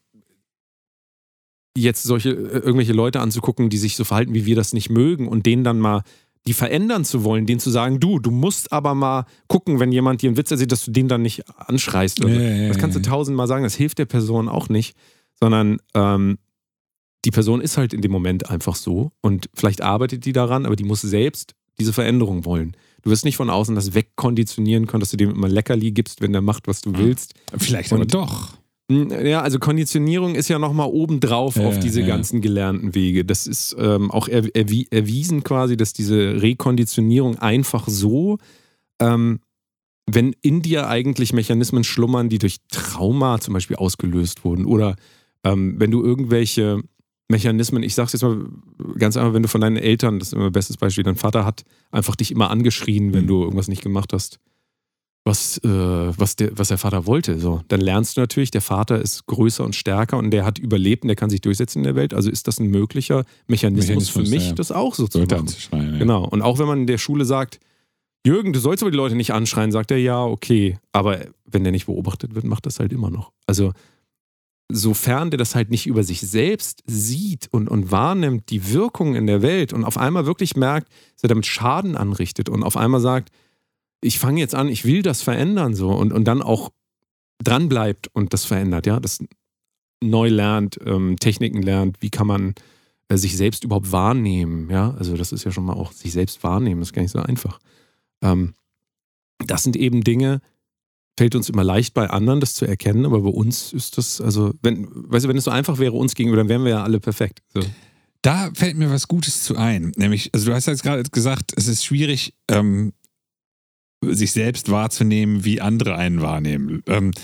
jetzt irgendwelche Leute anzugucken, die sich so verhalten, wie wir das nicht mögen und denen dann mal die verändern zu wollen, denen zu sagen, du musst aber mal gucken, wenn jemand dir einen Witz erzählt, dass du den dann nicht anschreist. Das kannst du 1000-mal sagen, das hilft der Person auch nicht, sondern die Person ist halt in dem Moment einfach so und vielleicht arbeitet die daran, aber die muss selbst diese Veränderung wollen. Du wirst nicht von außen das wegkonditionieren können, dass du dem immer Leckerli gibst, wenn der macht, was du willst. Vielleicht aber doch. Ja, also Konditionierung ist ja nochmal obendrauf auf diese ganzen gelernten Wege. Das ist auch erwiesen quasi, dass diese Rekonditionierung einfach so, wenn in dir eigentlich Mechanismen schlummern, die durch Trauma zum Beispiel ausgelöst wurden oder wenn du irgendwelche Mechanismen, ich sag's jetzt mal ganz einfach, wenn du von deinen Eltern, das ist immer ein bestes Beispiel, dein Vater hat einfach dich immer angeschrien, wenn du irgendwas nicht gemacht hast, was der Vater wollte. So, dann lernst du natürlich, der Vater ist größer und stärker und der hat überlebt und der kann sich durchsetzen in der Welt. Also ist das ein möglicher Mechanismus für mich, das auch so zu machen. Ja. Genau. Und auch wenn man in der Schule sagt, Jürgen, du sollst aber die Leute nicht anschreien, sagt er, ja, okay. Aber wenn der nicht beobachtet wird, macht das halt immer noch. Also sofern der das halt nicht über sich selbst sieht und wahrnimmt, die Wirkung in der Welt und auf einmal wirklich merkt, dass er damit Schaden anrichtet und auf einmal sagt, ich fange jetzt an, ich will das verändern so und dann auch dran bleibt und das verändert, ja, das neu lernt, Techniken lernt, wie kann man sich selbst überhaupt wahrnehmen, ja, also das ist ja schon mal auch sich selbst wahrnehmen, das ist gar nicht so einfach. Das sind eben Dinge, fällt uns immer leicht bei anderen, das zu erkennen, aber bei uns ist das, also, wenn es so einfach wäre uns gegenüber, dann wären wir ja alle perfekt. So. Da fällt mir was Gutes zu ein, nämlich, also du hast jetzt gerade gesagt, es ist schwierig, sich selbst wahrzunehmen, wie andere einen wahrnehmen.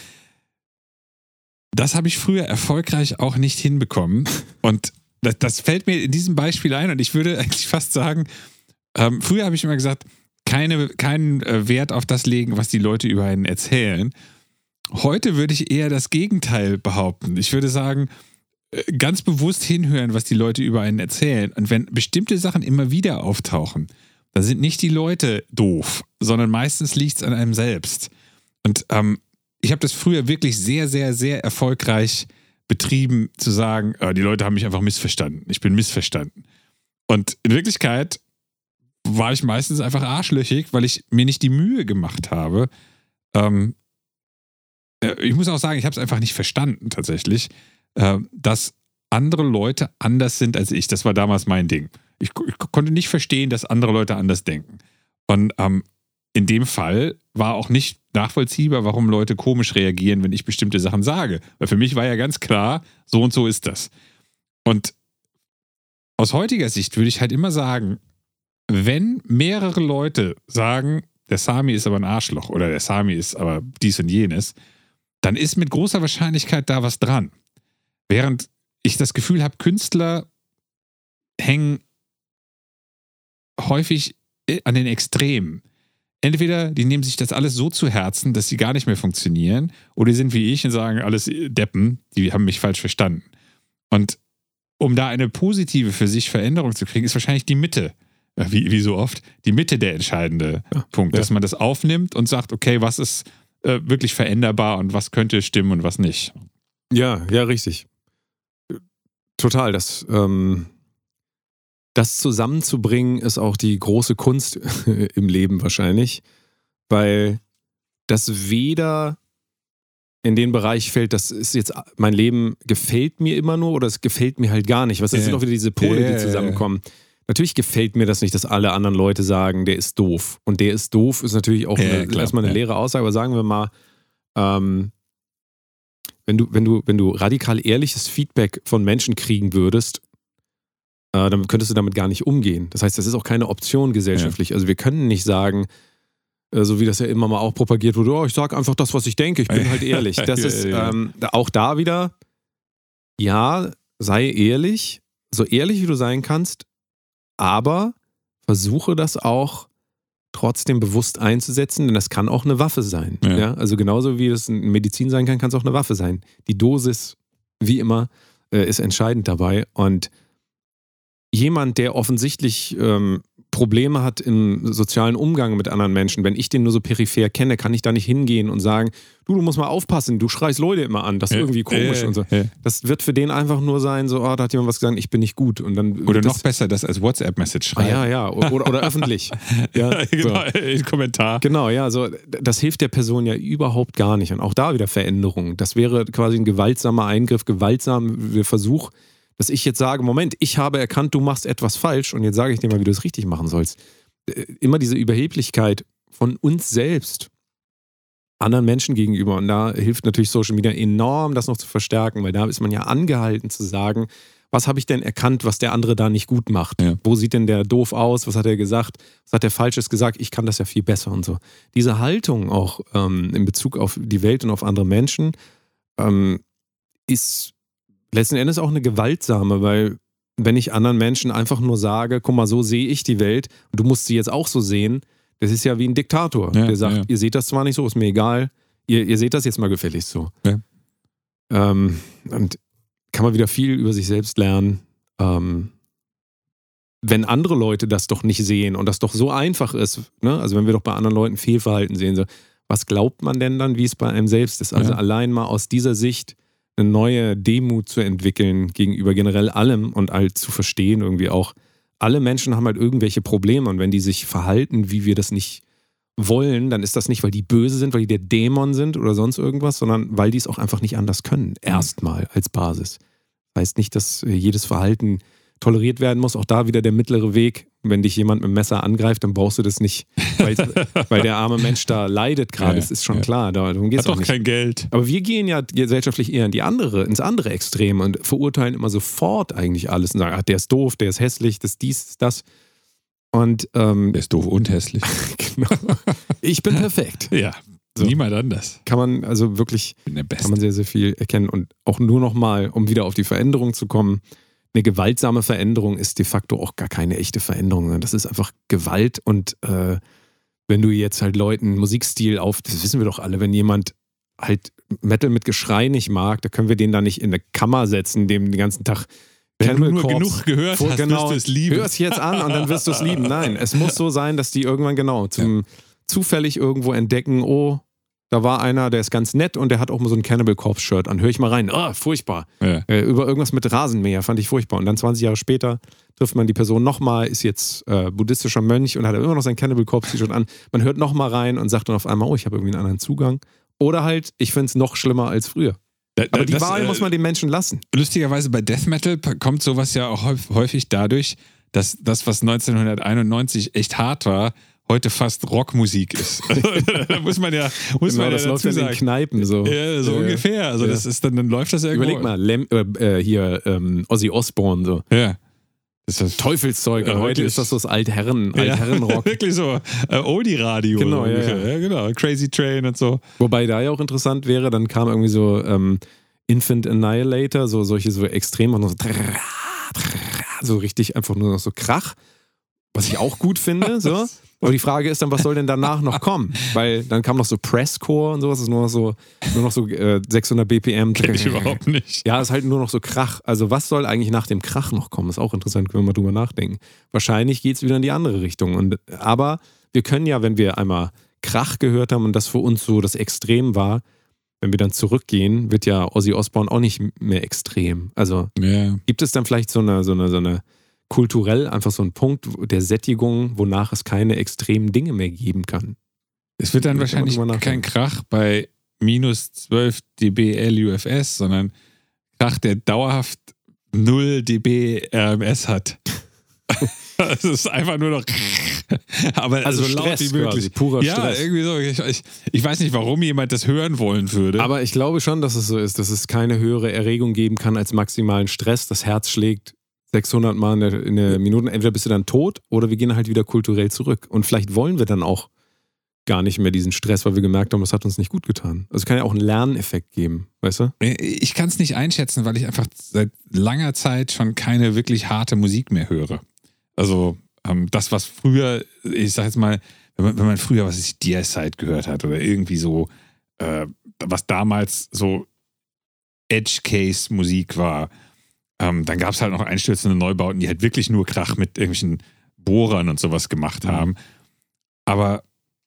Das habe ich früher erfolgreich auch nicht hinbekommen und das fällt mir in diesem Beispiel ein und ich würde eigentlich fast sagen, früher habe ich immer gesagt, keinen Wert auf das legen, was die Leute über einen erzählen. Heute würde ich eher das Gegenteil behaupten. Ich würde sagen, ganz bewusst hinhören, was die Leute über einen erzählen. Und wenn bestimmte Sachen immer wieder auftauchen, dann sind nicht die Leute doof, sondern meistens liegt es an einem selbst. Und ich habe das früher wirklich sehr, sehr, sehr erfolgreich betrieben, zu sagen, die Leute haben mich einfach missverstanden. Ich bin missverstanden. Und in Wirklichkeit war ich meistens einfach arschlöchig, weil ich mir nicht die Mühe gemacht habe. Ich muss auch sagen, ich habe es einfach nicht verstanden tatsächlich, dass andere Leute anders sind als ich. Das war damals mein Ding. Ich konnte nicht verstehen, dass andere Leute anders denken. Und in dem Fall war auch nicht nachvollziehbar, warum Leute komisch reagieren, wenn ich bestimmte Sachen sage. Weil für mich war ja ganz klar, so und so ist das. Und aus heutiger Sicht würde ich halt immer sagen, wenn mehrere Leute sagen, der Sami ist aber ein Arschloch oder der Sami ist aber dies und jenes, dann ist mit großer Wahrscheinlichkeit da was dran. Während ich das Gefühl habe, Künstler hängen häufig an den Extremen. Entweder die nehmen sich das alles so zu Herzen, dass sie gar nicht mehr funktionieren, oder die sind wie ich und sagen, alles Deppen, die haben mich falsch verstanden. Und um da eine positive für sich Veränderung zu kriegen, ist wahrscheinlich die Mitte, wie so oft, die Mitte der entscheidende Punkt, dass man das aufnimmt und sagt, okay, was ist wirklich veränderbar und was könnte stimmen und was nicht. Ja, richtig. Total, das zusammenzubringen ist auch die große Kunst im Leben wahrscheinlich, weil das weder in den Bereich fällt, das ist jetzt, mein Leben gefällt mir immer nur oder es gefällt mir halt gar nicht. Das sind auch wieder diese Pole, die zusammenkommen. Natürlich gefällt mir das nicht, dass alle anderen Leute sagen, der ist doof. Und der ist doof ist natürlich auch erstmal eine leere Aussage, aber sagen wir mal, wenn du radikal ehrliches Feedback von Menschen kriegen würdest, dann könntest du damit gar nicht umgehen. Das heißt, das ist auch keine Option gesellschaftlich. Also wir können nicht sagen, so wie das ja immer mal auch propagiert wurde, ich sage einfach das, was ich denke, ich bin halt ehrlich. Das ist auch da wieder, ja, sei ehrlich, so ehrlich wie du sein kannst, aber versuche das auch trotzdem bewusst einzusetzen, denn das kann auch eine Waffe sein. Ja? Also genauso wie das in Medizin sein kann, kann es auch eine Waffe sein. Die Dosis, wie immer, ist entscheidend dabei. Und jemand, der offensichtlich Probleme hat im sozialen Umgang mit anderen Menschen, wenn ich den nur so peripher kenne, kann ich da nicht hingehen und sagen, du musst mal aufpassen, du schreist Leute immer an, das ist irgendwie komisch und so. Das wird für den einfach nur sein, so, da hat jemand was gesagt, ich bin nicht gut. Und dann oder noch besser, das als WhatsApp-Message schreiben. Oder öffentlich. Ja, genau, so. Kommentar. Genau, ja, so, das hilft der Person ja überhaupt gar nicht. Und auch da wieder Veränderung. Das wäre quasi ein gewaltsamer Eingriff, gewaltsamer Versuch, dass ich jetzt sage, Moment, ich habe erkannt, du machst etwas falsch und jetzt sage ich dir mal, wie du es richtig machen sollst. immer diese Überheblichkeit von uns selbst anderen Menschen gegenüber. Und da hilft natürlich Social Media enorm, das noch zu verstärken, weil da ist man ja angehalten zu sagen, was habe ich denn erkannt, was der andere da nicht gut macht? Ja. Wo sieht denn der doof aus? Was hat er gesagt? Was hat er Falsches gesagt? Ich kann das ja viel besser und so. Diese Haltung auch in Bezug auf die Welt und auf andere Menschen ist letzten Endes auch eine gewaltsame, weil wenn ich anderen Menschen einfach nur sage, guck mal, so sehe ich die Welt und du musst sie jetzt auch so sehen, das ist ja wie ein Diktator, der sagt, ihr seht das zwar nicht so, ist mir egal, ihr seht das jetzt mal gefälligst so. Ja. Und kann man wieder viel über sich selbst lernen, wenn andere Leute das doch nicht sehen und das doch so einfach ist, ne? Also wenn wir doch bei anderen Leuten Fehlverhalten sehen, so, was glaubt man denn dann, wie es bei einem selbst ist? Also allein mal aus dieser Sicht eine neue Demut zu entwickeln gegenüber generell allem und halt zu verstehen irgendwie auch, alle Menschen haben halt irgendwelche Probleme und wenn die sich verhalten, wie wir das nicht wollen, dann ist das nicht, weil die böse sind, weil die der Dämon sind oder sonst irgendwas, sondern weil die es auch einfach nicht anders können. Erstmal als Basis. Das heißt nicht, dass jedes Verhalten toleriert werden muss. Auch da wieder der mittlere Weg. Wenn dich jemand mit dem Messer angreift, dann brauchst du das nicht, weil der arme Mensch da leidet gerade. Das ist schon klar. Darum geht's Hat auch doch nicht. kein Geld. Aber wir gehen ja gesellschaftlich eher ins andere Extrem und verurteilen immer sofort eigentlich alles und sagen, ach, der ist doof, der ist hässlich, das ist das. Und Der ist doof und hässlich. genau. Ich bin perfekt. Ja, So. niemand anders. Kann man also wirklich, Ich bin der Beste. kann man sehr, sehr viel erkennen. Und auch nur nochmal, um wieder auf die Veränderung zu kommen, eine gewaltsame Veränderung ist de facto auch gar keine echte Veränderung. Das ist einfach Gewalt und wenn du jetzt halt Leuten Musikstil das wissen wir doch alle, wenn jemand halt Metal mit Geschrei nicht mag, da können wir den da nicht in eine Kammer setzen, dem den ganzen Tag Wenn du Cannibal nur Corpse genug gehört hast, wirst du es lieben. Hör es jetzt an und dann wirst du es lieben. Nein, es muss so sein, dass die irgendwann zufällig irgendwo entdecken, oh, da war einer, der ist ganz nett und der hat auch mal so ein Cannibal Corpse Shirt an. Hör ich mal rein. Ah, furchtbar. Ja. Über irgendwas mit Rasenmäher fand ich furchtbar. Und dann 20 Jahre später trifft man die Person nochmal, ist jetzt buddhistischer Mönch und hat immer noch sein Cannibal Corpse T-Shirt an. Man hört nochmal rein und sagt dann auf einmal, oh, ich habe irgendwie einen anderen Zugang. Oder halt, ich finde es noch schlimmer als früher. Aber die Wahl muss man den Menschen lassen. Lustigerweise bei Death Metal kommt sowas ja auch häufig dadurch, dass das, was 1991 echt hart war, heute fast Rockmusik ist. Da muss man ja Das dazu läuft ja in den sagen. Kneipen so. Ja, so ungefähr. Also das ist dann läuft das irgendwo. Überleg mal, Ozzy Osbourne so. Ja. Das ist Teufelszeug. Und heute wirklich. ist das so das Altherrenrock. Wirklich so Oldie-Radio. Genau, ungefähr. ja. Ja, genau. Crazy Train und so. Wobei da ja auch interessant wäre, dann kam irgendwie so Infant Annihilator, solche so extrem und so richtig einfach nur noch so Krach, was ich auch gut finde. So. Aber die Frage ist dann, was soll denn danach noch kommen? Weil dann kam noch so Presscore und sowas, ist nur noch so 600 BPM. Kenn ich überhaupt nicht. Ja, ist halt nur noch so Krach. Also was soll eigentlich nach dem Krach noch kommen? Ist auch interessant, wenn wir mal drüber nachdenken. Wahrscheinlich geht es wieder in die andere Richtung. Aber wir können ja, wenn wir einmal Krach gehört haben und das für uns so das Extrem war, wenn wir dann zurückgehen, wird ja Ozzy Osbourne auch nicht mehr extrem. Also gibt es dann vielleicht so eine kulturell einfach so einen Punkt der Sättigung, wonach es keine extremen Dinge mehr geben kann? Es wird dann wahrscheinlich kein Krach bei minus 12 dB LUFS, sondern Krach, der dauerhaft 0 dB RMS hat. Es ist einfach nur noch aber also so laut Stress wie möglich. quasi, purer ja, Stress. irgendwie so. Ich weiß nicht, warum jemand das hören wollen würde. Aber ich glaube schon, dass es so ist, dass es keine höhere Erregung geben kann als maximalen Stress. Das Herz schlägt 600 Mal in der Minute. Entweder bist du dann tot oder wir gehen halt wieder kulturell zurück. Und vielleicht wollen wir dann auch gar nicht mehr diesen Stress, weil wir gemerkt haben, das hat uns nicht gut getan. Also es kann ja auch einen Lerneffekt geben, weißt du? Ich kann es nicht einschätzen, weil ich einfach seit langer Zeit schon keine wirklich harte Musik mehr höre. Also das, was früher, ich sag jetzt mal, wenn man früher, was ich Deicide gehört hat oder irgendwie so, was damals so Edge-Case-Musik war, dann gab es halt noch einstürzende Neubauten, die halt wirklich nur Krach mit irgendwelchen Bohrern und sowas gemacht haben. Aber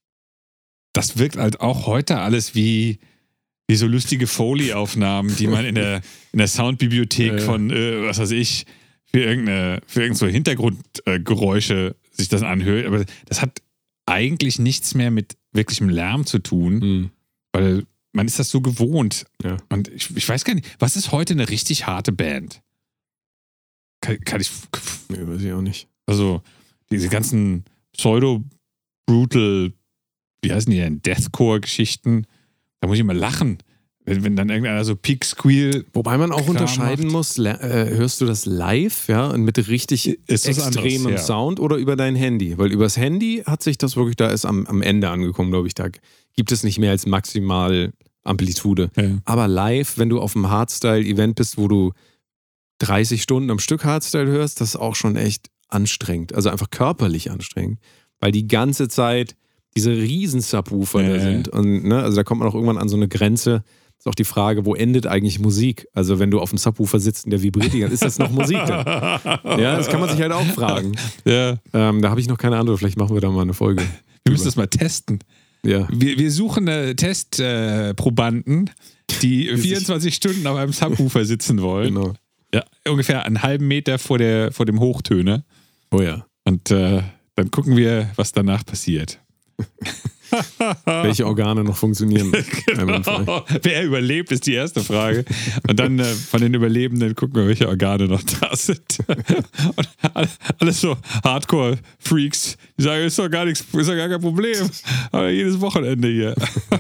das wirkt halt auch heute alles wie so lustige Foley-Aufnahmen, die man in der Soundbibliothek von, was weiß ich, für irgend so Hintergrundgeräusche sich das anhört. Aber das hat eigentlich nichts mehr mit wirklichem Lärm zu tun, weil man ist das so gewohnt. Ja. Und ich weiß gar nicht, was ist heute eine richtig harte Band? Kann ich. Nee, weiß ich auch nicht. Also, diese ganzen Pseudo-brutal, wie heißen die denn, Deathcore-Geschichten. Da muss ich immer lachen. Wenn dann irgendeiner so Peak Squeal. Wobei man auch unterscheiden muss, hörst du das live, ja, und mit richtig extremem Sound oder über dein Handy? Weil übers Handy hat sich das wirklich, da ist am Ende angekommen, glaube ich, da gibt es nicht mehr als maximal Amplitude. Ja. Aber live, wenn du auf einem Hardstyle-Event bist, wo du 30 Stunden am Stück Hardstyle hörst, das ist auch schon echt anstrengend. Also einfach körperlich anstrengend. Weil die ganze Zeit diese riesen Subwoofer da sind. Und ne, also da kommt man auch irgendwann an so eine Grenze. Ist auch die Frage, wo endet eigentlich Musik? Also wenn du auf dem Subwoofer sitzt und der vibriert, ist das noch Musik dann? Ja, das kann man sich halt auch fragen. Ja. Da habe ich noch keine Antwort. Vielleicht machen wir da mal eine Folge. Wir müssen das mal testen. Ja. Wir suchen Testprobanden, die 24 Stunden auf einem Subwoofer sitzen wollen. Genau. Ja, ungefähr einen halben Meter vor dem Hochtöner. Oh ja. Und dann gucken wir, was danach passiert. Welche Organe noch funktionieren. Genau. Wer überlebt, ist die erste Frage. Und dann von den Überlebenden gucken wir, welche Organe noch da sind. Und alles so Hardcore-Freaks, die sagen, ist doch gar nichts, ist doch gar kein Problem. Aber jedes Wochenende hier.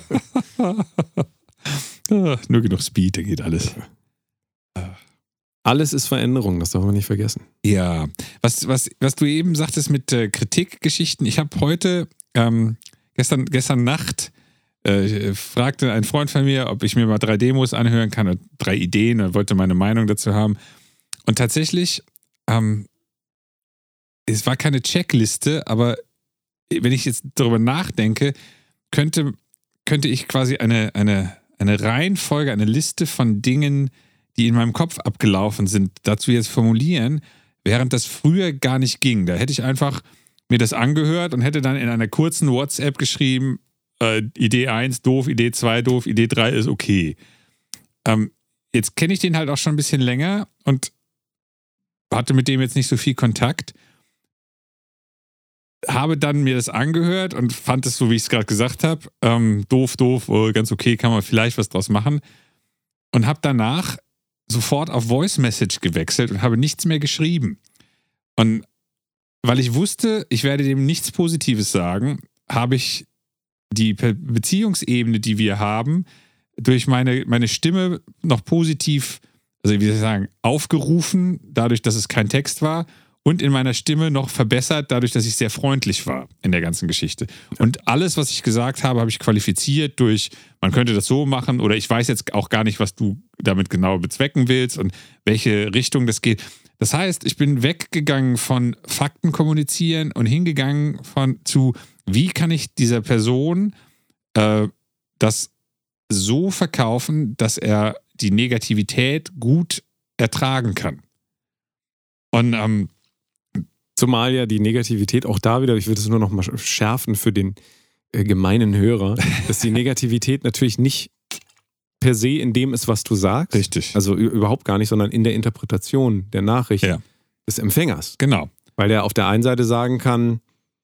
Nur genug Speed, da geht alles. Alles ist Veränderung, das darf man nicht vergessen. Ja, was du eben sagtest mit Kritikgeschichten, ich habe heute gestern Nacht fragte ein Freund von mir, ob ich mir mal 3 Demos anhören kann, oder 3 Ideen, und wollte meine Meinung dazu haben. Und tatsächlich, es war keine Checkliste, aber wenn ich jetzt darüber nachdenke, könnte ich quasi eine Reihenfolge, eine Liste von Dingen, die in meinem Kopf abgelaufen sind, dazu jetzt formulieren, während das früher gar nicht ging. Da hätte ich einfach mir das angehört und hätte dann in einer kurzen WhatsApp geschrieben, Idee 1 doof, Idee 2 doof, Idee 3 ist okay. Jetzt kenne ich den halt auch schon ein bisschen länger und hatte mit dem jetzt nicht so viel Kontakt. Habe dann mir das angehört und fand es so, wie ich es gerade gesagt habe, doof, ganz okay, kann man vielleicht was draus machen. Und habe danach sofort auf Voice Message gewechselt und habe nichts mehr geschrieben. Und weil ich wusste, ich werde dem nichts Positives sagen, habe ich die Beziehungsebene, die wir haben, durch meine Stimme noch positiv, also wie soll ich sagen, aufgerufen, dadurch, dass es kein Text war, und in meiner Stimme noch verbessert, dadurch, dass ich sehr freundlich war in der ganzen Geschichte. Und alles, was ich gesagt habe, habe ich qualifiziert durch, man könnte das so machen, oder ich weiß jetzt auch gar nicht, was du damit genau bezwecken willst und welche Richtung das geht. Das heißt, ich bin weggegangen von Fakten kommunizieren und hingegangen zu, wie kann ich dieser Person das so verkaufen, dass er die Negativität gut ertragen kann. Und zumal ja die Negativität auch da wieder, ich würde es nur noch mal schärfen für den gemeinen Hörer, dass die Negativität natürlich nicht per se in dem ist, was du sagst. Richtig. Also überhaupt gar nicht, sondern in der Interpretation der Nachricht des Empfängers. Genau. Weil der auf der einen Seite sagen kann,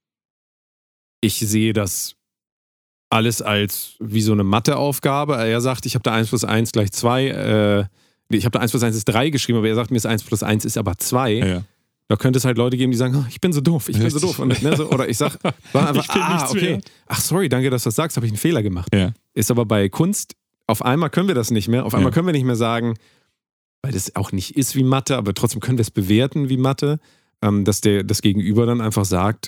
ich sehe das alles als wie so eine Matheaufgabe. Er sagt, ich habe da 1 + 1 = 2. Ich habe da 1 + 1 ist 3 geschrieben, aber er sagt mir, 1 + 1 ist aber 2. Ja. Da könnte es halt Leute geben, die sagen, oh, ich bin so doof. Und, ne, so, oder ich sage einfach, okay. Mehr. Ach, sorry, danke, dass du das sagst, habe ich einen Fehler gemacht. Ja. Ist aber bei Kunst, auf einmal können wir das nicht mehr. Auf einmal können wir nicht mehr sagen, weil das auch nicht ist wie Mathe, aber trotzdem können wir es bewerten wie Mathe, dass das Gegenüber dann einfach sagt,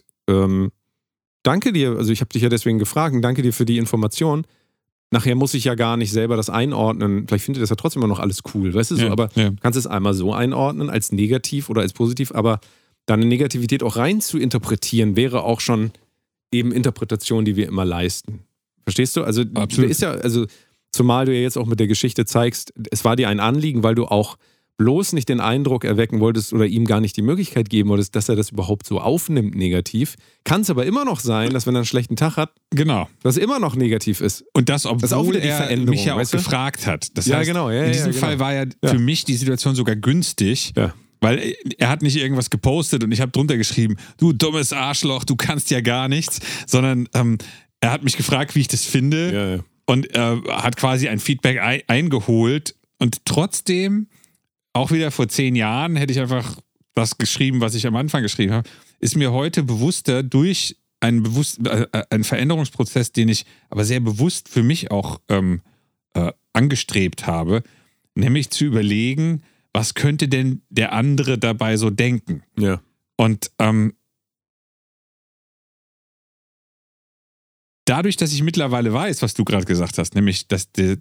danke dir, also ich habe dich ja deswegen gefragt, danke dir für die Information. Nachher muss ich ja gar nicht selber das einordnen. Vielleicht findet das ja trotzdem immer noch alles cool, weißt du so, aber du kannst es einmal so einordnen, als negativ oder als positiv, aber deine Negativität auch rein zu interpretieren, wäre auch schon eben Interpretation, die wir immer leisten. Verstehst du? Also absolut. Ist ja, also zumal du ja jetzt auch mit der Geschichte zeigst, es war dir ein Anliegen, weil du auch bloß nicht den Eindruck erwecken wolltest oder ihm gar nicht die Möglichkeit geben wolltest, dass er das überhaupt so aufnimmt negativ. Kann es aber immer noch sein, dass wenn er einen schlechten Tag hat, dass immer noch negativ ist. Und das, obwohl er mich ja auch gefragt hat. Das heißt, in diesem Fall war ja für mich die Situation sogar günstig, weil er hat nicht irgendwas gepostet und ich habe drunter geschrieben, du dummes Arschloch, du kannst ja gar nichts, sondern er hat mich gefragt, wie ich das finde und hat quasi ein Feedback eingeholt und trotzdem auch wieder vor 10 Jahren hätte ich einfach das geschrieben, was ich am Anfang geschrieben habe. ist mir heute bewusster durch einen Veränderungsprozess, den ich aber sehr bewusst für mich auch angestrebt habe, nämlich zu überlegen, was könnte denn der andere dabei so denken? Ja. Und dadurch, dass ich mittlerweile weiß, was du gerade gesagt hast, nämlich, dass die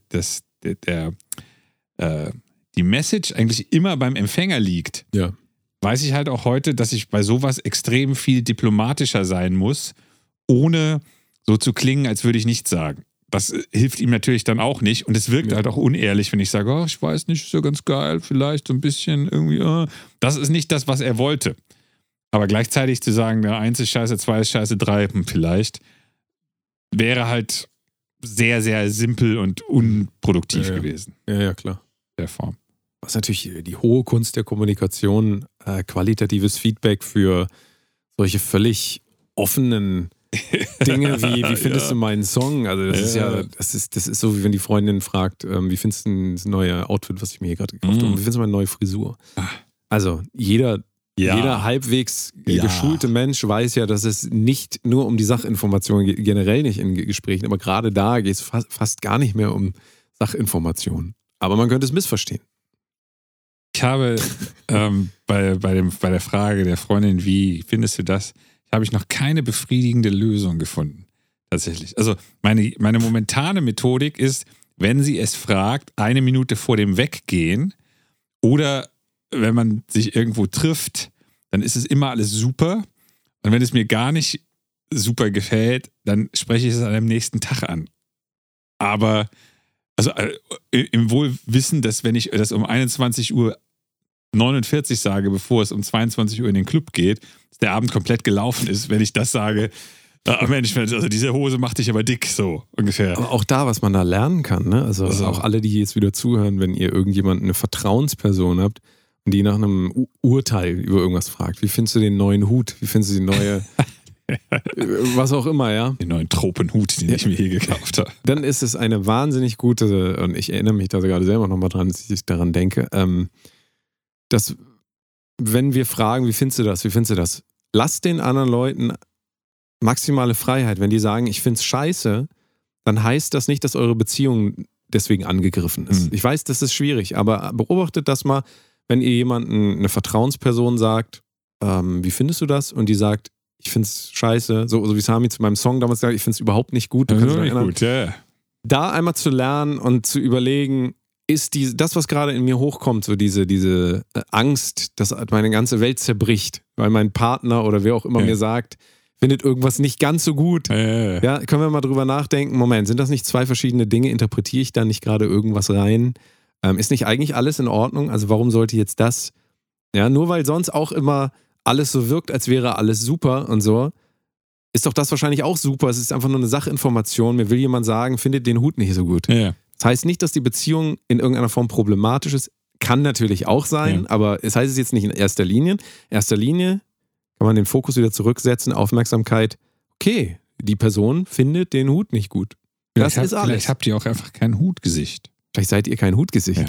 Message eigentlich immer beim Empfänger liegt, Ja. weiß ich halt auch heute, dass ich bei sowas extrem viel diplomatischer sein muss, ohne so zu klingen, als würde ich nichts sagen. Das hilft ihm natürlich dann auch nicht und es wirkt halt auch unehrlich, wenn ich sage, oh, ich weiß nicht, ist ja ganz geil, vielleicht so ein bisschen irgendwie, Das ist nicht das, was er wollte. Aber gleichzeitig zu sagen, 1 ist scheiße, 2 ist scheiße, 3 vielleicht, wäre halt sehr, sehr simpel und unproduktiv gewesen. Ja, klar. Der Form. Was natürlich die hohe Kunst der Kommunikation, qualitatives Feedback für solche völlig offenen Dinge wie findest du meinen Song? Also das ist so, wie wenn die Freundin fragt, wie findest du das neue Outfit, was ich mir hier gerade gekauft habe? Wie findest du meine neue Frisur? Also jeder halbwegs geschulte Mensch weiß ja, dass es nicht nur um die Sachinformation geht, generell nicht in Gesprächen, aber gerade da geht es fast gar nicht mehr um Sachinformationen. Aber man könnte es missverstehen. Ich habe bei der Frage der Freundin, wie findest du das, habe ich noch keine befriedigende Lösung gefunden. Tatsächlich. Also meine momentane Methodik ist, wenn sie es fragt, 1 Minute vor dem Weggehen oder wenn man sich irgendwo trifft, dann ist es immer alles super. Und wenn es mir gar nicht super gefällt, dann spreche ich es an dem nächsten Tag an. Aber also im Wohlwissen, dass wenn ich das um 21:49 Uhr sage, bevor es um 22 Uhr in den Club geht, dass der Abend komplett gelaufen ist, wenn ich das sage, Mensch, also diese Hose macht dich aber dick, so ungefähr. Aber auch da, was man da lernen kann, ne? Also auch alle, die jetzt wieder zuhören, wenn ihr irgendjemanden, eine Vertrauensperson habt und die nach einem Urteil über irgendwas fragt, wie findest du den neuen Hut? Wie findest du die neue, was auch immer, ja? Den neuen Tropenhut, den ich mir hier gekauft habe. Dann ist es eine wahnsinnig gute, und ich erinnere mich da gerade selber nochmal dran, dass ich daran denke, dass, wenn wir fragen, wie findest du das? Lasst den anderen Leuten maximale Freiheit. Wenn die sagen, ich finde es scheiße, dann heißt das nicht, dass eure Beziehung deswegen angegriffen ist. Ich weiß, das ist schwierig, aber beobachtet das mal, wenn ihr jemanden, eine Vertrauensperson sagt, wie findest du das? Und die sagt, ich finde es scheiße, so wie Sami zu meinem Song damals sagt, ich finde es überhaupt nicht gut. Du kannst dich erinnern. Gut, ja. Da einmal zu lernen und zu überlegen, ist das, was gerade in mir hochkommt, so diese Angst, dass meine ganze Welt zerbricht, weil mein Partner oder wer auch immer mir sagt, findet irgendwas nicht ganz so gut. Ja, können wir mal drüber nachdenken, Moment, sind das nicht 2 verschiedene Dinge? Interpretiere ich da nicht gerade irgendwas rein? Ist nicht eigentlich alles in Ordnung? Also warum sollte jetzt das, ja, nur weil sonst auch immer alles so wirkt, als wäre alles super und so, ist doch das wahrscheinlich auch super. Es ist einfach nur eine Sachinformation. Mir will jemand sagen, findet den Hut nicht so gut. Ja. Das heißt nicht, dass die Beziehung in irgendeiner Form problematisch ist. Kann natürlich auch sein, aber es heißt es jetzt nicht in erster Linie. In erster Linie kann man den Fokus wieder zurücksetzen, Aufmerksamkeit. Okay, die Person findet den Hut nicht gut. Das ist alles. Vielleicht habt ihr auch einfach kein Hutgesicht. Vielleicht seid ihr kein Hutgesicht.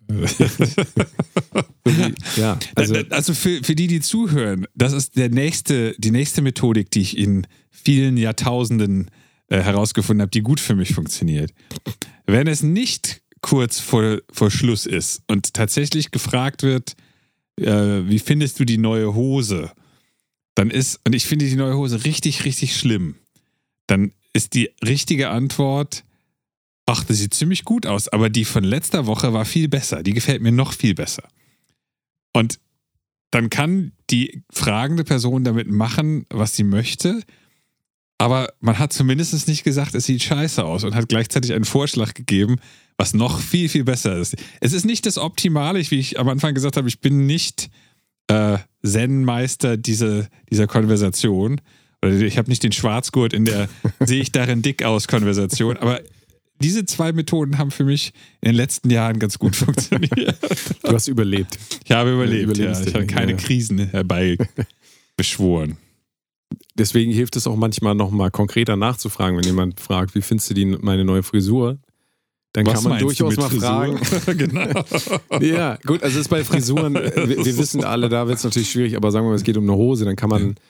Ja. Also für die zuhören, das ist die nächste Methodik, die ich in vielen Jahrtausenden herausgefunden habe, die gut für mich funktioniert. Wenn es nicht kurz vor Schluss ist und tatsächlich gefragt wird, wie findest du die neue Hose? Und ich finde die neue Hose richtig, richtig schlimm. Dann ist die richtige Antwort, ach, das sieht ziemlich gut aus, aber die von letzter Woche war viel besser. Die gefällt mir noch viel besser. Und dann kann die fragende Person damit machen, was sie möchte, aber man hat zumindest nicht gesagt, es sieht scheiße aus und hat gleichzeitig einen Vorschlag gegeben, was noch viel, viel besser ist. Es ist nicht das Optimale, wie ich am Anfang gesagt habe, ich bin nicht Zen-Meister dieser Konversation. Oder ich habe nicht den Schwarzgurt in der sehe ich darin dick aus Konversation, aber diese 2 Methoden haben für mich in den letzten Jahren ganz gut funktioniert. Du hast überlebt. Ich habe überlebt, ja. Ich habe keine Krisen herbeibeschworen. Deswegen hilft es auch manchmal nochmal konkreter nachzufragen, wenn jemand fragt, wie findest du meine neue Frisur? Dann kann man durchaus mal fragen. Genau. Ja, gut, also es ist bei Frisuren, wir wissen alle, da wird es natürlich schwierig, aber sagen wir mal, es geht um eine Hose, dann kann man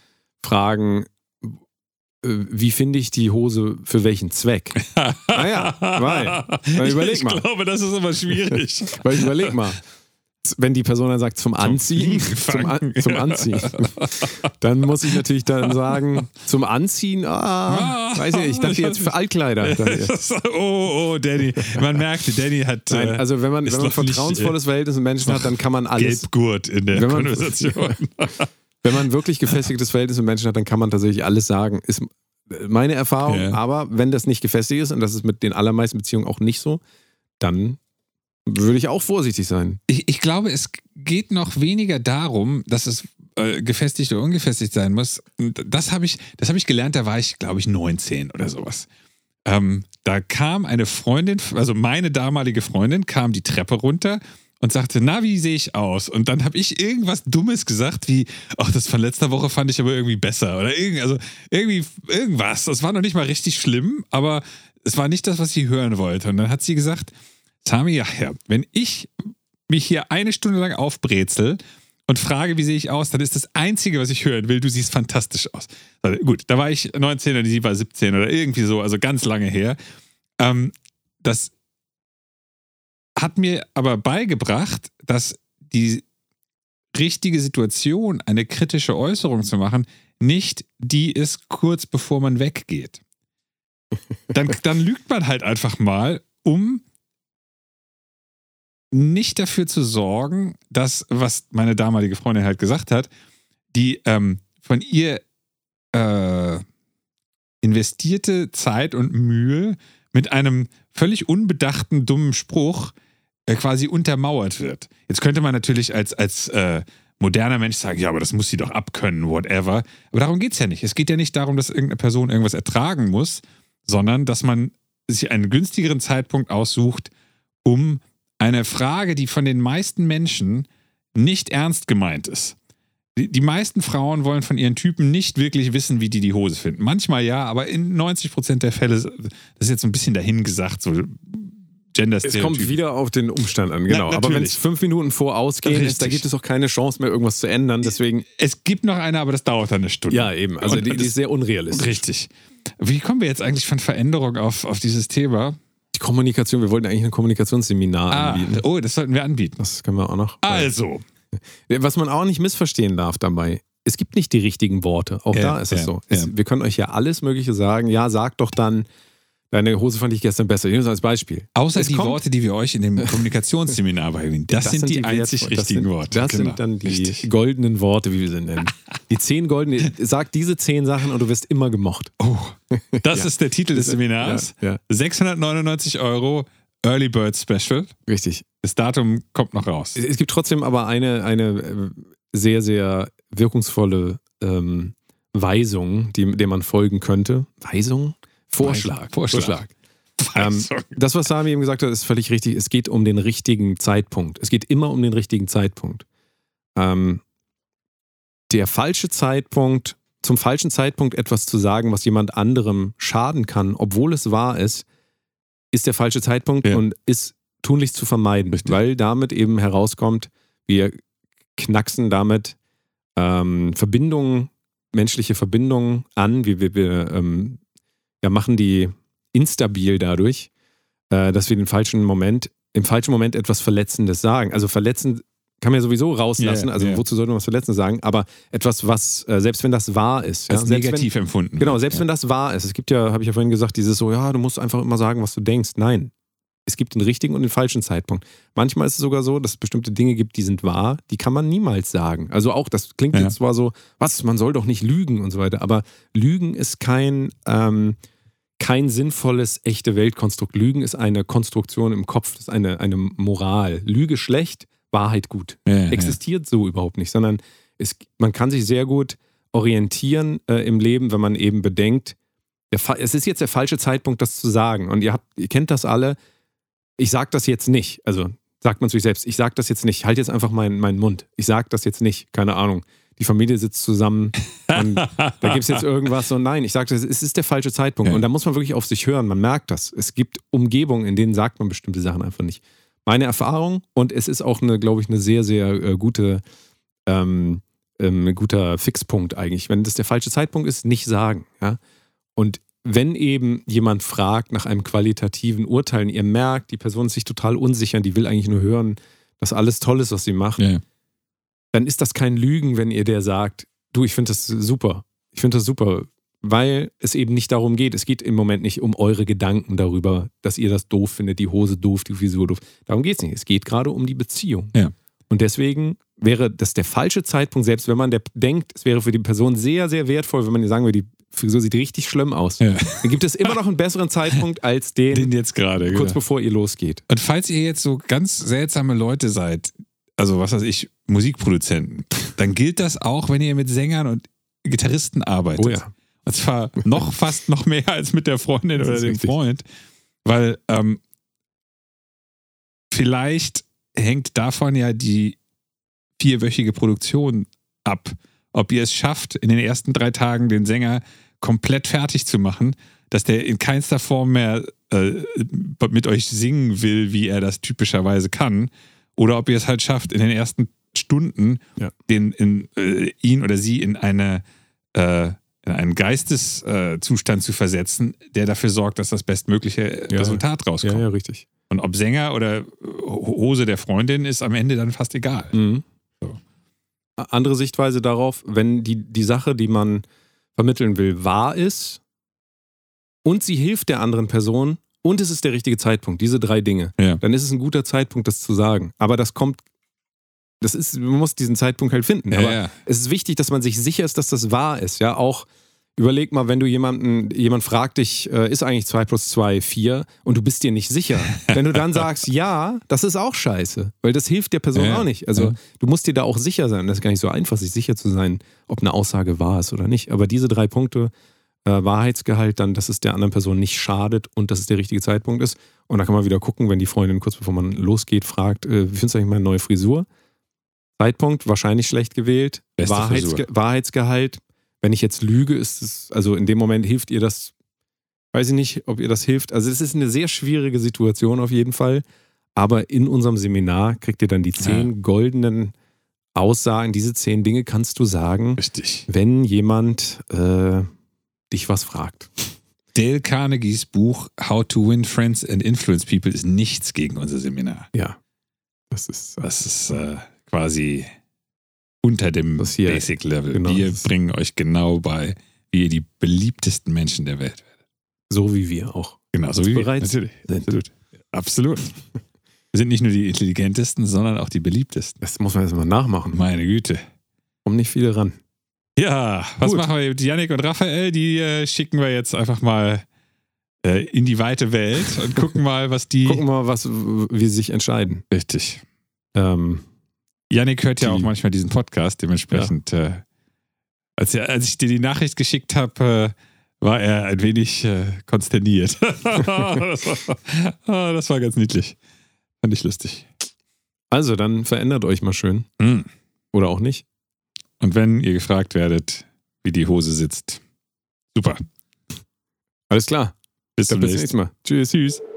fragen, wie finde ich die Hose für welchen Zweck? Naja, weil überleg mal. Ich glaube, das ist aber schwierig. Weil überleg mal. Wenn die Person dann sagt, zum Anziehen, zum Anziehen, dann muss ich natürlich dann sagen, zum Anziehen, weiß ich dachte jetzt für Altkleider. Oh, Danny. Man merkt, Danny hat. Nein, also wenn man ein vertrauensvolles Verhältnis mit Menschen hat, dann kann man alles. Gelbgurt in der Konversation. Wenn man wirklich gefestigtes Verhältnis mit Menschen hat, dann kann man tatsächlich alles sagen. Ist meine Erfahrung, aber wenn das nicht gefestigt ist, und das ist mit den allermeisten Beziehungen auch nicht so, dann würde ich auch vorsichtig sein. Ich glaube, es geht noch weniger darum, dass es gefestigt oder ungefestigt sein muss. Das habe ich gelernt, da war ich, glaube ich, 19 oder sowas. Da kam eine Freundin, also meine damalige Freundin, kam die Treppe runter und sagte, na, wie sehe ich aus? Und dann habe ich irgendwas Dummes gesagt, wie, ach, das von letzter Woche fand ich aber irgendwie besser. Oder irgendwas. Das war noch nicht mal richtig schlimm, aber es war nicht das, was sie hören wollte. Und dann hat sie gesagt, Sami, ja, wenn ich mich hier eine Stunde lang aufbrezel und frage, wie sehe ich aus, dann ist das Einzige, was ich hören will, du siehst fantastisch aus. Also, gut, da war ich 19 und sie war 17 oder irgendwie so, also ganz lange her. Das hat mir aber beigebracht, dass die richtige Situation, eine kritische Äußerung zu machen, nicht die ist, kurz bevor man weggeht. Dann lügt man halt einfach mal, um nicht dafür zu sorgen, dass, was meine damalige Freundin halt gesagt hat, die von ihr investierte Zeit und Mühe mit einem völlig unbedachten, dummen Spruch quasi untermauert wird. Jetzt könnte man natürlich als moderner Mensch sagen, ja, aber das muss sie doch abkönnen, whatever. Aber darum geht es ja nicht. Es geht ja nicht darum, dass irgendeine Person irgendwas ertragen muss, sondern dass man sich einen günstigeren Zeitpunkt aussucht, um eine Frage, die von den meisten Menschen nicht ernst gemeint ist. Die meisten Frauen wollen von ihren Typen nicht wirklich wissen, wie die Hose finden. Manchmal ja, aber in 90% der Fälle, das ist jetzt so ein bisschen dahingesagt, so Gender-Stereotypen. Es kommt wieder auf den Umstand an, genau. Aber wenn es 5 Minuten vor Ausgehen ist, da gibt es auch keine Chance mehr, irgendwas zu ändern. Deswegen es gibt noch eine, aber das dauert dann eine Stunde. Ja, eben. Also die ist sehr unrealistisch. Richtig. Wie kommen wir jetzt eigentlich von Veränderung auf dieses Thema? Die Kommunikation, wir wollten eigentlich ein Kommunikationsseminar anbieten. Oh, das sollten wir anbieten. Das können wir auch noch. Also. Was man auch nicht missverstehen darf dabei, es gibt nicht die richtigen Worte. Auch da ist es so. Wir können euch ja alles Mögliche sagen. Ja, sag doch dann, deine Hose fand ich gestern besser. Ich nehme es als Beispiel. Außer die Worte, die wir euch in dem Kommunikationsseminar beibringen. Das sind die einzig richtigen Worte. Das sind dann die goldenen Worte, wie wir sie nennen. Die 10 goldenen. Sag diese 10 Sachen und du wirst immer gemocht. Oh, das ist der Titel des Seminars. Ja. 699 €, Early Bird Special. Richtig. Das Datum kommt noch raus. Es gibt trotzdem aber eine sehr, sehr wirkungsvolle Weisung, der man folgen könnte. Weisung? Vorschlag. Das, was Sami eben gesagt hat, ist völlig richtig. Es geht um den richtigen Zeitpunkt. Es geht immer um den richtigen Zeitpunkt. Der falsche Zeitpunkt, zum falschen Zeitpunkt etwas zu sagen, was jemand anderem schaden kann, obwohl es wahr ist der falsche Zeitpunkt und ist tunlichst zu vermeiden, weil damit eben herauskommt, wir knacksen damit menschliche Verbindungen an, wir machen die instabil dadurch, dass wir im falschen Moment etwas Verletzendes sagen. Also verletzend kann man ja sowieso rauslassen, wozu sollte man was Verletzendes sagen, aber etwas, was, selbst wenn das wahr ist. Als negativ empfunden. Genau, selbst wenn das wahr ist. Es gibt ja, habe ich ja vorhin gesagt, dieses so, ja, du musst einfach immer sagen, was du denkst. Nein, es gibt den richtigen und den falschen Zeitpunkt. Manchmal ist es sogar so, dass es bestimmte Dinge gibt, die sind wahr, die kann man niemals sagen. Also auch, das klingt jetzt zwar so, man soll doch nicht lügen und so weiter, aber Lügen ist kein sinnvolles, echte Weltkonstrukt. Lügen ist eine Konstruktion im Kopf, das ist eine Moral. Lüge schlecht, Wahrheit gut. Existiert so überhaupt nicht, sondern man kann sich sehr gut orientieren im Leben, wenn man eben bedenkt, es ist jetzt der falsche Zeitpunkt, das zu sagen. Und ihr kennt das alle, ich sage das jetzt nicht. Also sagt man zu sich selbst, ich sage das jetzt nicht, halt jetzt einfach meinen Mund. Ich sage das jetzt nicht, keine Ahnung. Die Familie sitzt zusammen und da gibt es jetzt irgendwas und nein, ich sage das, es ist der falsche Zeitpunkt. Und da muss man wirklich auf sich hören, man merkt das. Es gibt Umgebungen, in denen sagt man bestimmte Sachen einfach nicht. Meine Erfahrung, und es ist auch glaube ich, eine sehr, sehr gute ein guter Fixpunkt eigentlich. Wenn das der falsche Zeitpunkt ist, nicht sagen. Ja? Und wenn eben jemand fragt nach einem qualitativen Urteil und ihr merkt, die Person ist sich total unsicher, die will eigentlich nur hören, dass alles toll ist, was sie macht, dann ist das kein Lügen, wenn ihr der sagt, du, ich finde das super. Ich finde das super, weil es eben nicht darum geht. Es geht im Moment nicht um eure Gedanken darüber, dass ihr das doof findet, die Hose doof, die Frisur doof. Darum geht es nicht. Es geht gerade um die Beziehung. Ja. Und deswegen wäre das der falsche Zeitpunkt, selbst wenn man denkt, es wäre für die Person sehr, sehr wertvoll, wenn man sagen würde, die Frisur sieht richtig schlimm aus. Ja. Dann gibt es immer noch einen besseren Zeitpunkt als den jetzt gerade, kurz bevor ihr losgeht. Und falls ihr jetzt so ganz seltsame Leute seid, also was weiß ich, Musikproduzenten, dann gilt das auch, wenn ihr mit Sängern und Gitarristen arbeitet. Oh ja. Und zwar fast noch mehr als mit der Freundin oder dem Freund, weil vielleicht hängt davon ja die 4-wöchige Produktion ab, ob ihr es schafft, in den ersten 3 Tagen den Sänger komplett fertig zu machen, dass der in keinster Form mehr mit euch singen will, wie er das typischerweise kann, oder ob ihr es halt schafft, in den ersten Stunden ihn oder sie in einen Geisteszustand zu versetzen, der dafür sorgt, dass das bestmögliche Resultat rauskommt. Ja, richtig. Und ob Sänger oder Hose der Freundin ist am Ende dann fast egal. Mhm. So. Andere Sichtweise darauf, wenn die Sache, die man vermitteln will, wahr ist und sie hilft der anderen Person und es ist der richtige Zeitpunkt, diese 3 Dinge, dann ist es ein guter Zeitpunkt, das zu sagen. Aber man muss diesen Zeitpunkt halt finden. Aber es ist wichtig, dass man sich sicher ist, dass das wahr ist. Ja, auch überleg mal, wenn du jemand fragt dich, ist eigentlich 2 + 2 4 und du bist dir nicht sicher. Wenn du dann sagst, ja, das ist auch scheiße, weil das hilft der Person auch nicht. Also du musst dir da auch sicher sein. Das ist gar nicht so einfach, sich sicher zu sein, ob eine Aussage wahr ist oder nicht. Aber diese 3 Punkte, Wahrheitsgehalt, dann, dass es der anderen Person nicht schadet und dass es der richtige Zeitpunkt ist. Und da kann man wieder gucken, wenn die Freundin kurz bevor man losgeht fragt, wie findest du eigentlich meine neue Frisur? Zeitpunkt, wahrscheinlich schlecht gewählt. Wahrheitsgehalt. Wenn ich jetzt lüge, ist es, also in dem Moment hilft ihr das, weiß ich nicht, ob ihr das hilft. Also es ist eine sehr schwierige Situation auf jeden Fall. Aber in unserem Seminar kriegt ihr dann die 10 goldenen Aussagen. Diese 10 Dinge kannst du sagen, richtig, wenn jemand dich was fragt. Dale Carnegies Buch How to Win Friends and Influence People ist nichts gegen unser Seminar. Ja. Das ist quasi unter dem Basic Level. Genau, wir bringen euch genau bei, wie ihr die beliebtesten Menschen der Welt werdet. So wie wir auch. Genau, so wie wir natürlich. Absolut. Wir sind nicht nur die intelligentesten, sondern auch die beliebtesten. Das muss man jetzt mal nachmachen. Meine Güte. Kommen nicht viele ran. Ja, was machen wir mit Yannick und Raphael? Die schicken wir jetzt einfach mal in die weite Welt und gucken mal, wie sie sich entscheiden. Richtig. Yannick hört ja auch manchmal diesen Podcast, dementsprechend, als ich dir die Nachricht geschickt habe, war er ein wenig konsterniert. Das war ganz niedlich. Fand ich lustig. Also, dann verändert euch mal schön. Oder auch nicht. Und wenn ihr gefragt werdet, wie die Hose sitzt, super. Alles klar. Bis zum nächsten Mal. Tschüss.